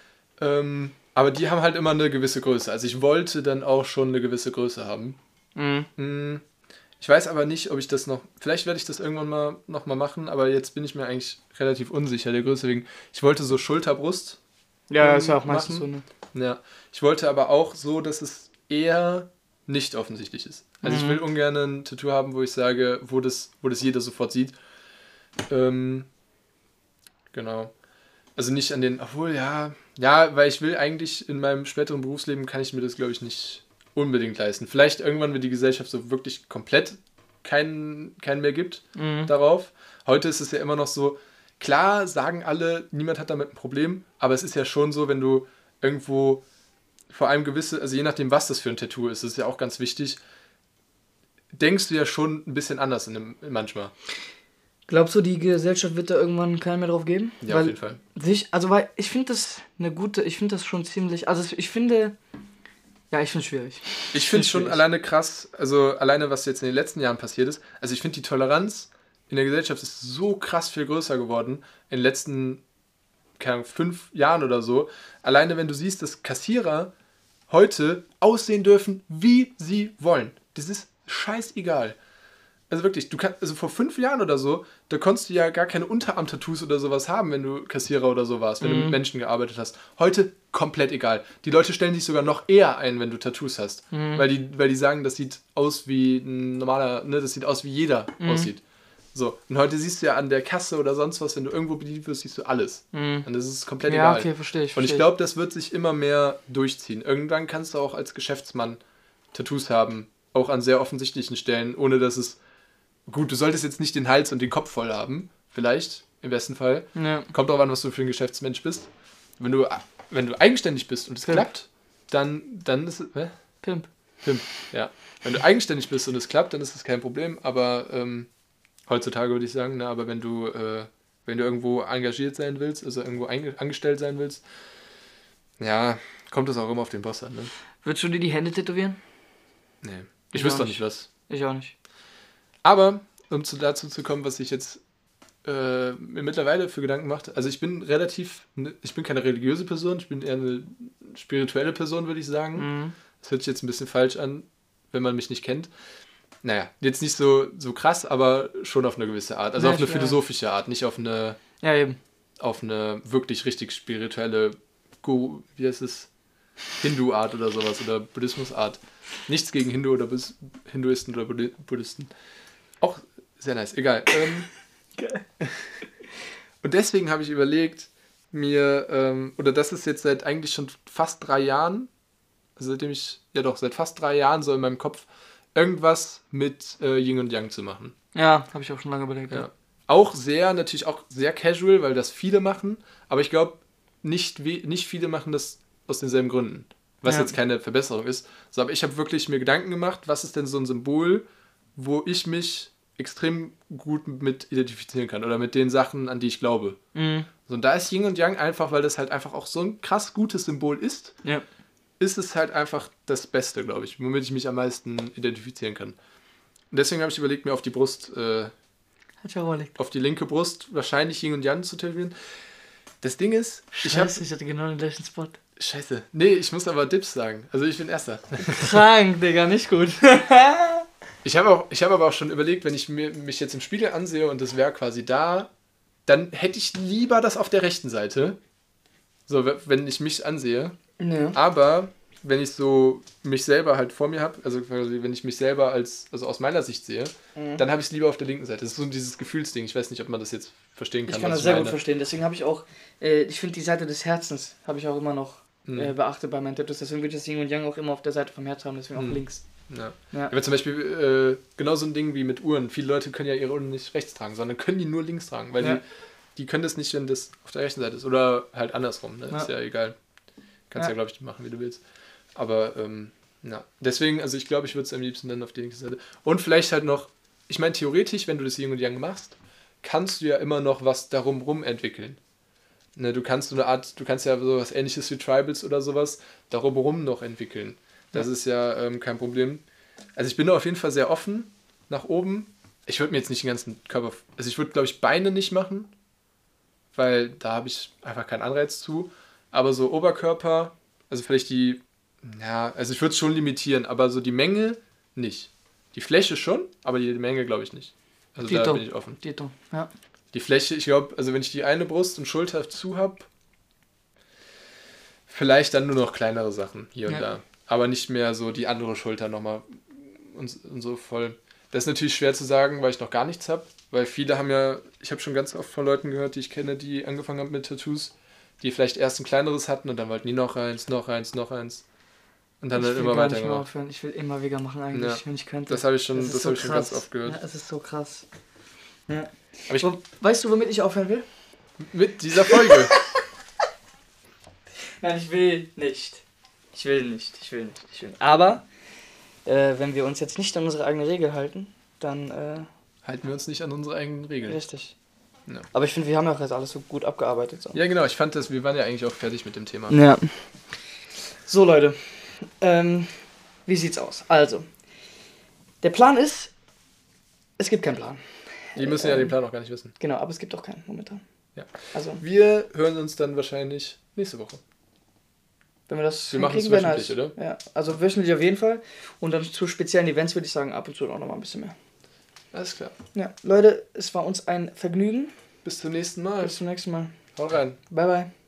Ähm, aber die haben halt immer eine gewisse Größe. Also ich wollte dann auch schon eine gewisse Größe haben. Mhm. Mm, Ich weiß aber nicht, ob ich das noch, vielleicht werde ich das irgendwann mal noch mal machen, aber jetzt bin ich mir eigentlich relativ unsicher der Größe wegen. Ich wollte so Schulter-Brust Ja, ähm, ist ja auch meistens so, machen. ne? Ja, ich wollte aber auch so, dass es eher nicht offensichtlich ist. Also Mhm. ich will ungern ein Tattoo haben, wo ich sage, wo das, wo das jeder sofort sieht. Ähm, genau. Also nicht an den, obwohl ja, ja, weil ich will eigentlich in meinem späteren Berufsleben kann ich mir das, glaube ich, nicht unbedingt leisten. Vielleicht irgendwann, wenn die Gesellschaft so wirklich komplett keinen, keinen mehr gibt Mhm. darauf. Heute ist es ja immer noch so, klar sagen alle, niemand hat damit ein Problem, aber es ist ja schon so, wenn du irgendwo vor allem gewisse, also je nachdem, was das für ein Tattoo ist, das ist ja auch ganz wichtig, denkst du ja schon ein bisschen anders in dem, manchmal. Glaubst du, die Gesellschaft wird da irgendwann keinen mehr drauf geben? Ja, weil auf jeden Fall. Sich, also weil ich finde das eine gute, ich finde das schon ziemlich, also ich finde, ja, ich finde es schwierig. Ich finde es schon schwierig. alleine krass, also alleine was jetzt in den letzten Jahren passiert ist, also ich finde die Toleranz in der Gesellschaft ist so krass viel größer geworden in den letzten, keine Ahnung, fünf Jahren oder so. Alleine wenn du siehst, dass Kassierer heute aussehen dürfen, wie sie wollen. Das ist scheißegal. Also wirklich, du kannst, also vor fünf Jahren oder so, da konntest du ja gar keine Unterarm-Tattoos oder sowas haben, wenn du Kassierer oder so warst, wenn Mhm. du mit Menschen gearbeitet hast. Heute komplett egal. Die Leute stellen dich sogar noch eher ein, wenn du Tattoos hast. Mhm. Weil, die, weil die sagen, das sieht aus wie ein normaler, ne, das sieht aus wie jeder Mhm. aussieht. So, und heute siehst du ja an der Kasse oder sonst was, wenn du irgendwo bedient wirst, siehst du alles. Mhm. Und das ist komplett Ja, egal. okay, verstehe ich. Und ich verstehe glaube, das wird sich immer mehr durchziehen. Irgendwann kannst du auch als Geschäftsmann Tattoos haben, auch an sehr offensichtlichen Stellen, ohne dass es... Gut, du solltest jetzt nicht den Hals und den Kopf voll haben, vielleicht, im besten Fall. Ja. Kommt drauf an, was du für ein Geschäftsmensch bist. Wenn du, wenn du eigenständig bist und es Pimp. klappt, dann, dann ist es... Hä? Pimp. Pimp, ja. Wenn du eigenständig bist und es klappt, dann ist es kein Problem, aber ähm, heutzutage würde ich sagen, ne, aber wenn du, äh, wenn du irgendwo engagiert sein willst, also irgendwo einge- angestellt sein willst, ja, kommt es auch immer auf den Boss an, ne? Würdest du dir die Hände tätowieren? Nee. Ich Ich wüsste auch doch nicht. nicht was. Ich auch nicht. Aber, um zu, dazu zu kommen, was ich jetzt äh, mir mittlerweile für Gedanken mache, also ich bin relativ, ne, ich bin keine religiöse Person, ich bin eher eine spirituelle Person, würde ich sagen. Mhm. Das hört sich jetzt ein bisschen falsch an, wenn man mich nicht kennt. Naja, jetzt nicht so, so krass, aber schon auf eine gewisse Art. Also Ja, auf eine ich- philosophische Art, nicht auf eine, Ja, eben. auf eine wirklich richtig spirituelle, Guru, wie heißt es, Hindu-Art oder sowas oder Buddhismus-Art. Nichts gegen Hindu oder Bus- Hinduisten oder Buddhi- Buddhisten. Auch sehr nice, egal. Ähm, Geil. und deswegen habe ich überlegt, mir, ähm, oder das ist jetzt seit eigentlich schon fast drei Jahren, also seitdem ich, ja doch, seit fast drei Jahren so in meinem Kopf, irgendwas mit äh, Yin und Yang zu machen. Ja, habe ich auch schon lange überlegt. Ja. Auch sehr, natürlich auch sehr casual, weil das viele machen, aber ich glaube, nicht, we- nicht viele machen das aus denselben Gründen. Was Ja. jetzt keine Verbesserung ist. So, aber ich habe wirklich mir Gedanken gemacht, was ist denn so ein Symbol, wo ich mich extrem gut mit identifizieren kann oder mit den Sachen, an die ich glaube. Mhm. So, und da ist Yin und Yang einfach, weil das halt einfach auch so ein krass gutes Symbol ist, Ja. ist es halt einfach das Beste, glaube ich, womit ich mich am meisten identifizieren kann. Und deswegen habe ich überlegt, mir auf die Brust, äh, Hat ich auch überlegt. auf die linke Brust wahrscheinlich Yin und Yang zu tätowieren. Das Ding ist, ich habe... Scheiße, ich hatte genau den gleichen Spot. Scheiße. Nee, ich muss aber Dips sagen. Also ich bin Erster. Krank, Digga, nicht gut. Ich habe auch, ich habe aber auch schon überlegt, wenn ich mir, mich jetzt im Spiegel ansehe und das wäre quasi da, dann hätte ich lieber das auf der rechten Seite. So, w- wenn ich mich ansehe. Ja. Aber wenn ich so mich selber halt vor mir habe, also quasi wenn ich mich selber als, also aus meiner Sicht sehe, Mhm. dann habe ich es lieber auf der linken Seite. Das ist so dieses Gefühlsding. Ich weiß nicht, ob man das jetzt verstehen kann. Ich kann was das sehr meine. gut verstehen. Deswegen habe ich auch, äh, ich finde die Seite des Herzens, habe ich auch immer noch Mhm. äh, beachtet bei meinen Tattoos. Deswegen würde ich das Yin und Yang auch immer auf der Seite vom Herz haben, deswegen auch Mhm. links. Ja. Ja. Aber zum Beispiel äh, genau so ein Ding wie mit Uhren. Viele Leute können ja ihre Uhren nicht rechts tragen, sondern können die nur links tragen, weil Ja. die, die können das nicht, wenn das auf der rechten Seite ist. Oder halt andersrum, ne? Ja. Ist ja egal. Kannst ja, Ja. glaube ich, machen, wie du willst. Aber, ähm, ja. Deswegen, also ich glaube, ich würde es am liebsten dann auf die linke Seite. Und vielleicht halt noch, ich meine, theoretisch, wenn du das Yin und Yang machst, kannst du ja immer noch was darum rum entwickeln. Ne, du kannst so eine Art, du kannst ja sowas ähnliches wie Tribals oder sowas darum rum noch entwickeln. Das Ja. ist ja ähm, kein Problem. Also ich bin da auf jeden Fall sehr offen nach oben. Ich würde mir jetzt nicht den ganzen Körper, also ich würde, glaube ich, Beine nicht machen, weil da habe ich einfach keinen Anreiz zu. Aber so Oberkörper, also vielleicht die, ja, also ich würde es schon limitieren, aber so die Menge nicht. Die Fläche schon, aber die Menge glaube ich nicht. Also Dito. da bin ich offen. Dito, ja. Die Fläche, ich glaube, also wenn ich die eine Brust und Schulter zu habe, vielleicht dann nur noch kleinere Sachen hier und Ja. da. Aber nicht mehr so die andere Schulter nochmal und, und so voll. Das ist natürlich schwer zu sagen, weil ich noch gar nichts habe. Weil viele haben ja, ich habe schon ganz oft von Leuten gehört, die ich kenne, die angefangen haben mit Tattoos, die vielleicht erst ein kleineres hatten und dann wollten die noch eins, noch eins, noch eins. Und dann ich halt will immer gar weiter nicht mehr gemacht. aufhören. Ich will immer Vega machen eigentlich, Ja. wenn ich könnte. Das habe ich schon, Das ist das so habe ich schon ganz krass. oft gehört. Ja, es ist so krass. Ja. Aber ich, Wo, weißt du, womit ich aufhören will? mit dieser Folge. Nein, ich will nicht. Ich will nicht, ich will nicht, ich will nicht. Aber, äh, wenn wir uns jetzt nicht an unsere eigene Regel halten, dann, äh, Halten wir uns nicht an unsere eigenen Regeln. richtig. Ja. Aber ich finde, wir haben ja auch jetzt alles so gut abgearbeitet. So. Ja, genau, ich fand das, wir waren ja eigentlich auch fertig mit dem Thema. Ja. So, Leute. Ähm, wie sieht's aus? Also, der Plan ist, es gibt keinen Plan. Die müssen ja Ähm, den Plan auch gar nicht wissen. Genau, aber es gibt auch keinen momentan. Ja. Also, Wir hören uns dann wahrscheinlich nächste Woche. wenn wir das Wir machen es hinkriegen, wäre wöchentlich, nice. oder? Ja, also wöchentlich auf jeden Fall. Und dann zu speziellen Events würde ich sagen, ab und zu auch noch mal ein bisschen mehr. Alles klar. Ja, Leute, es war uns ein Vergnügen. Bis zum nächsten Mal. Bis zum nächsten Mal. Hau rein. Bye, bye.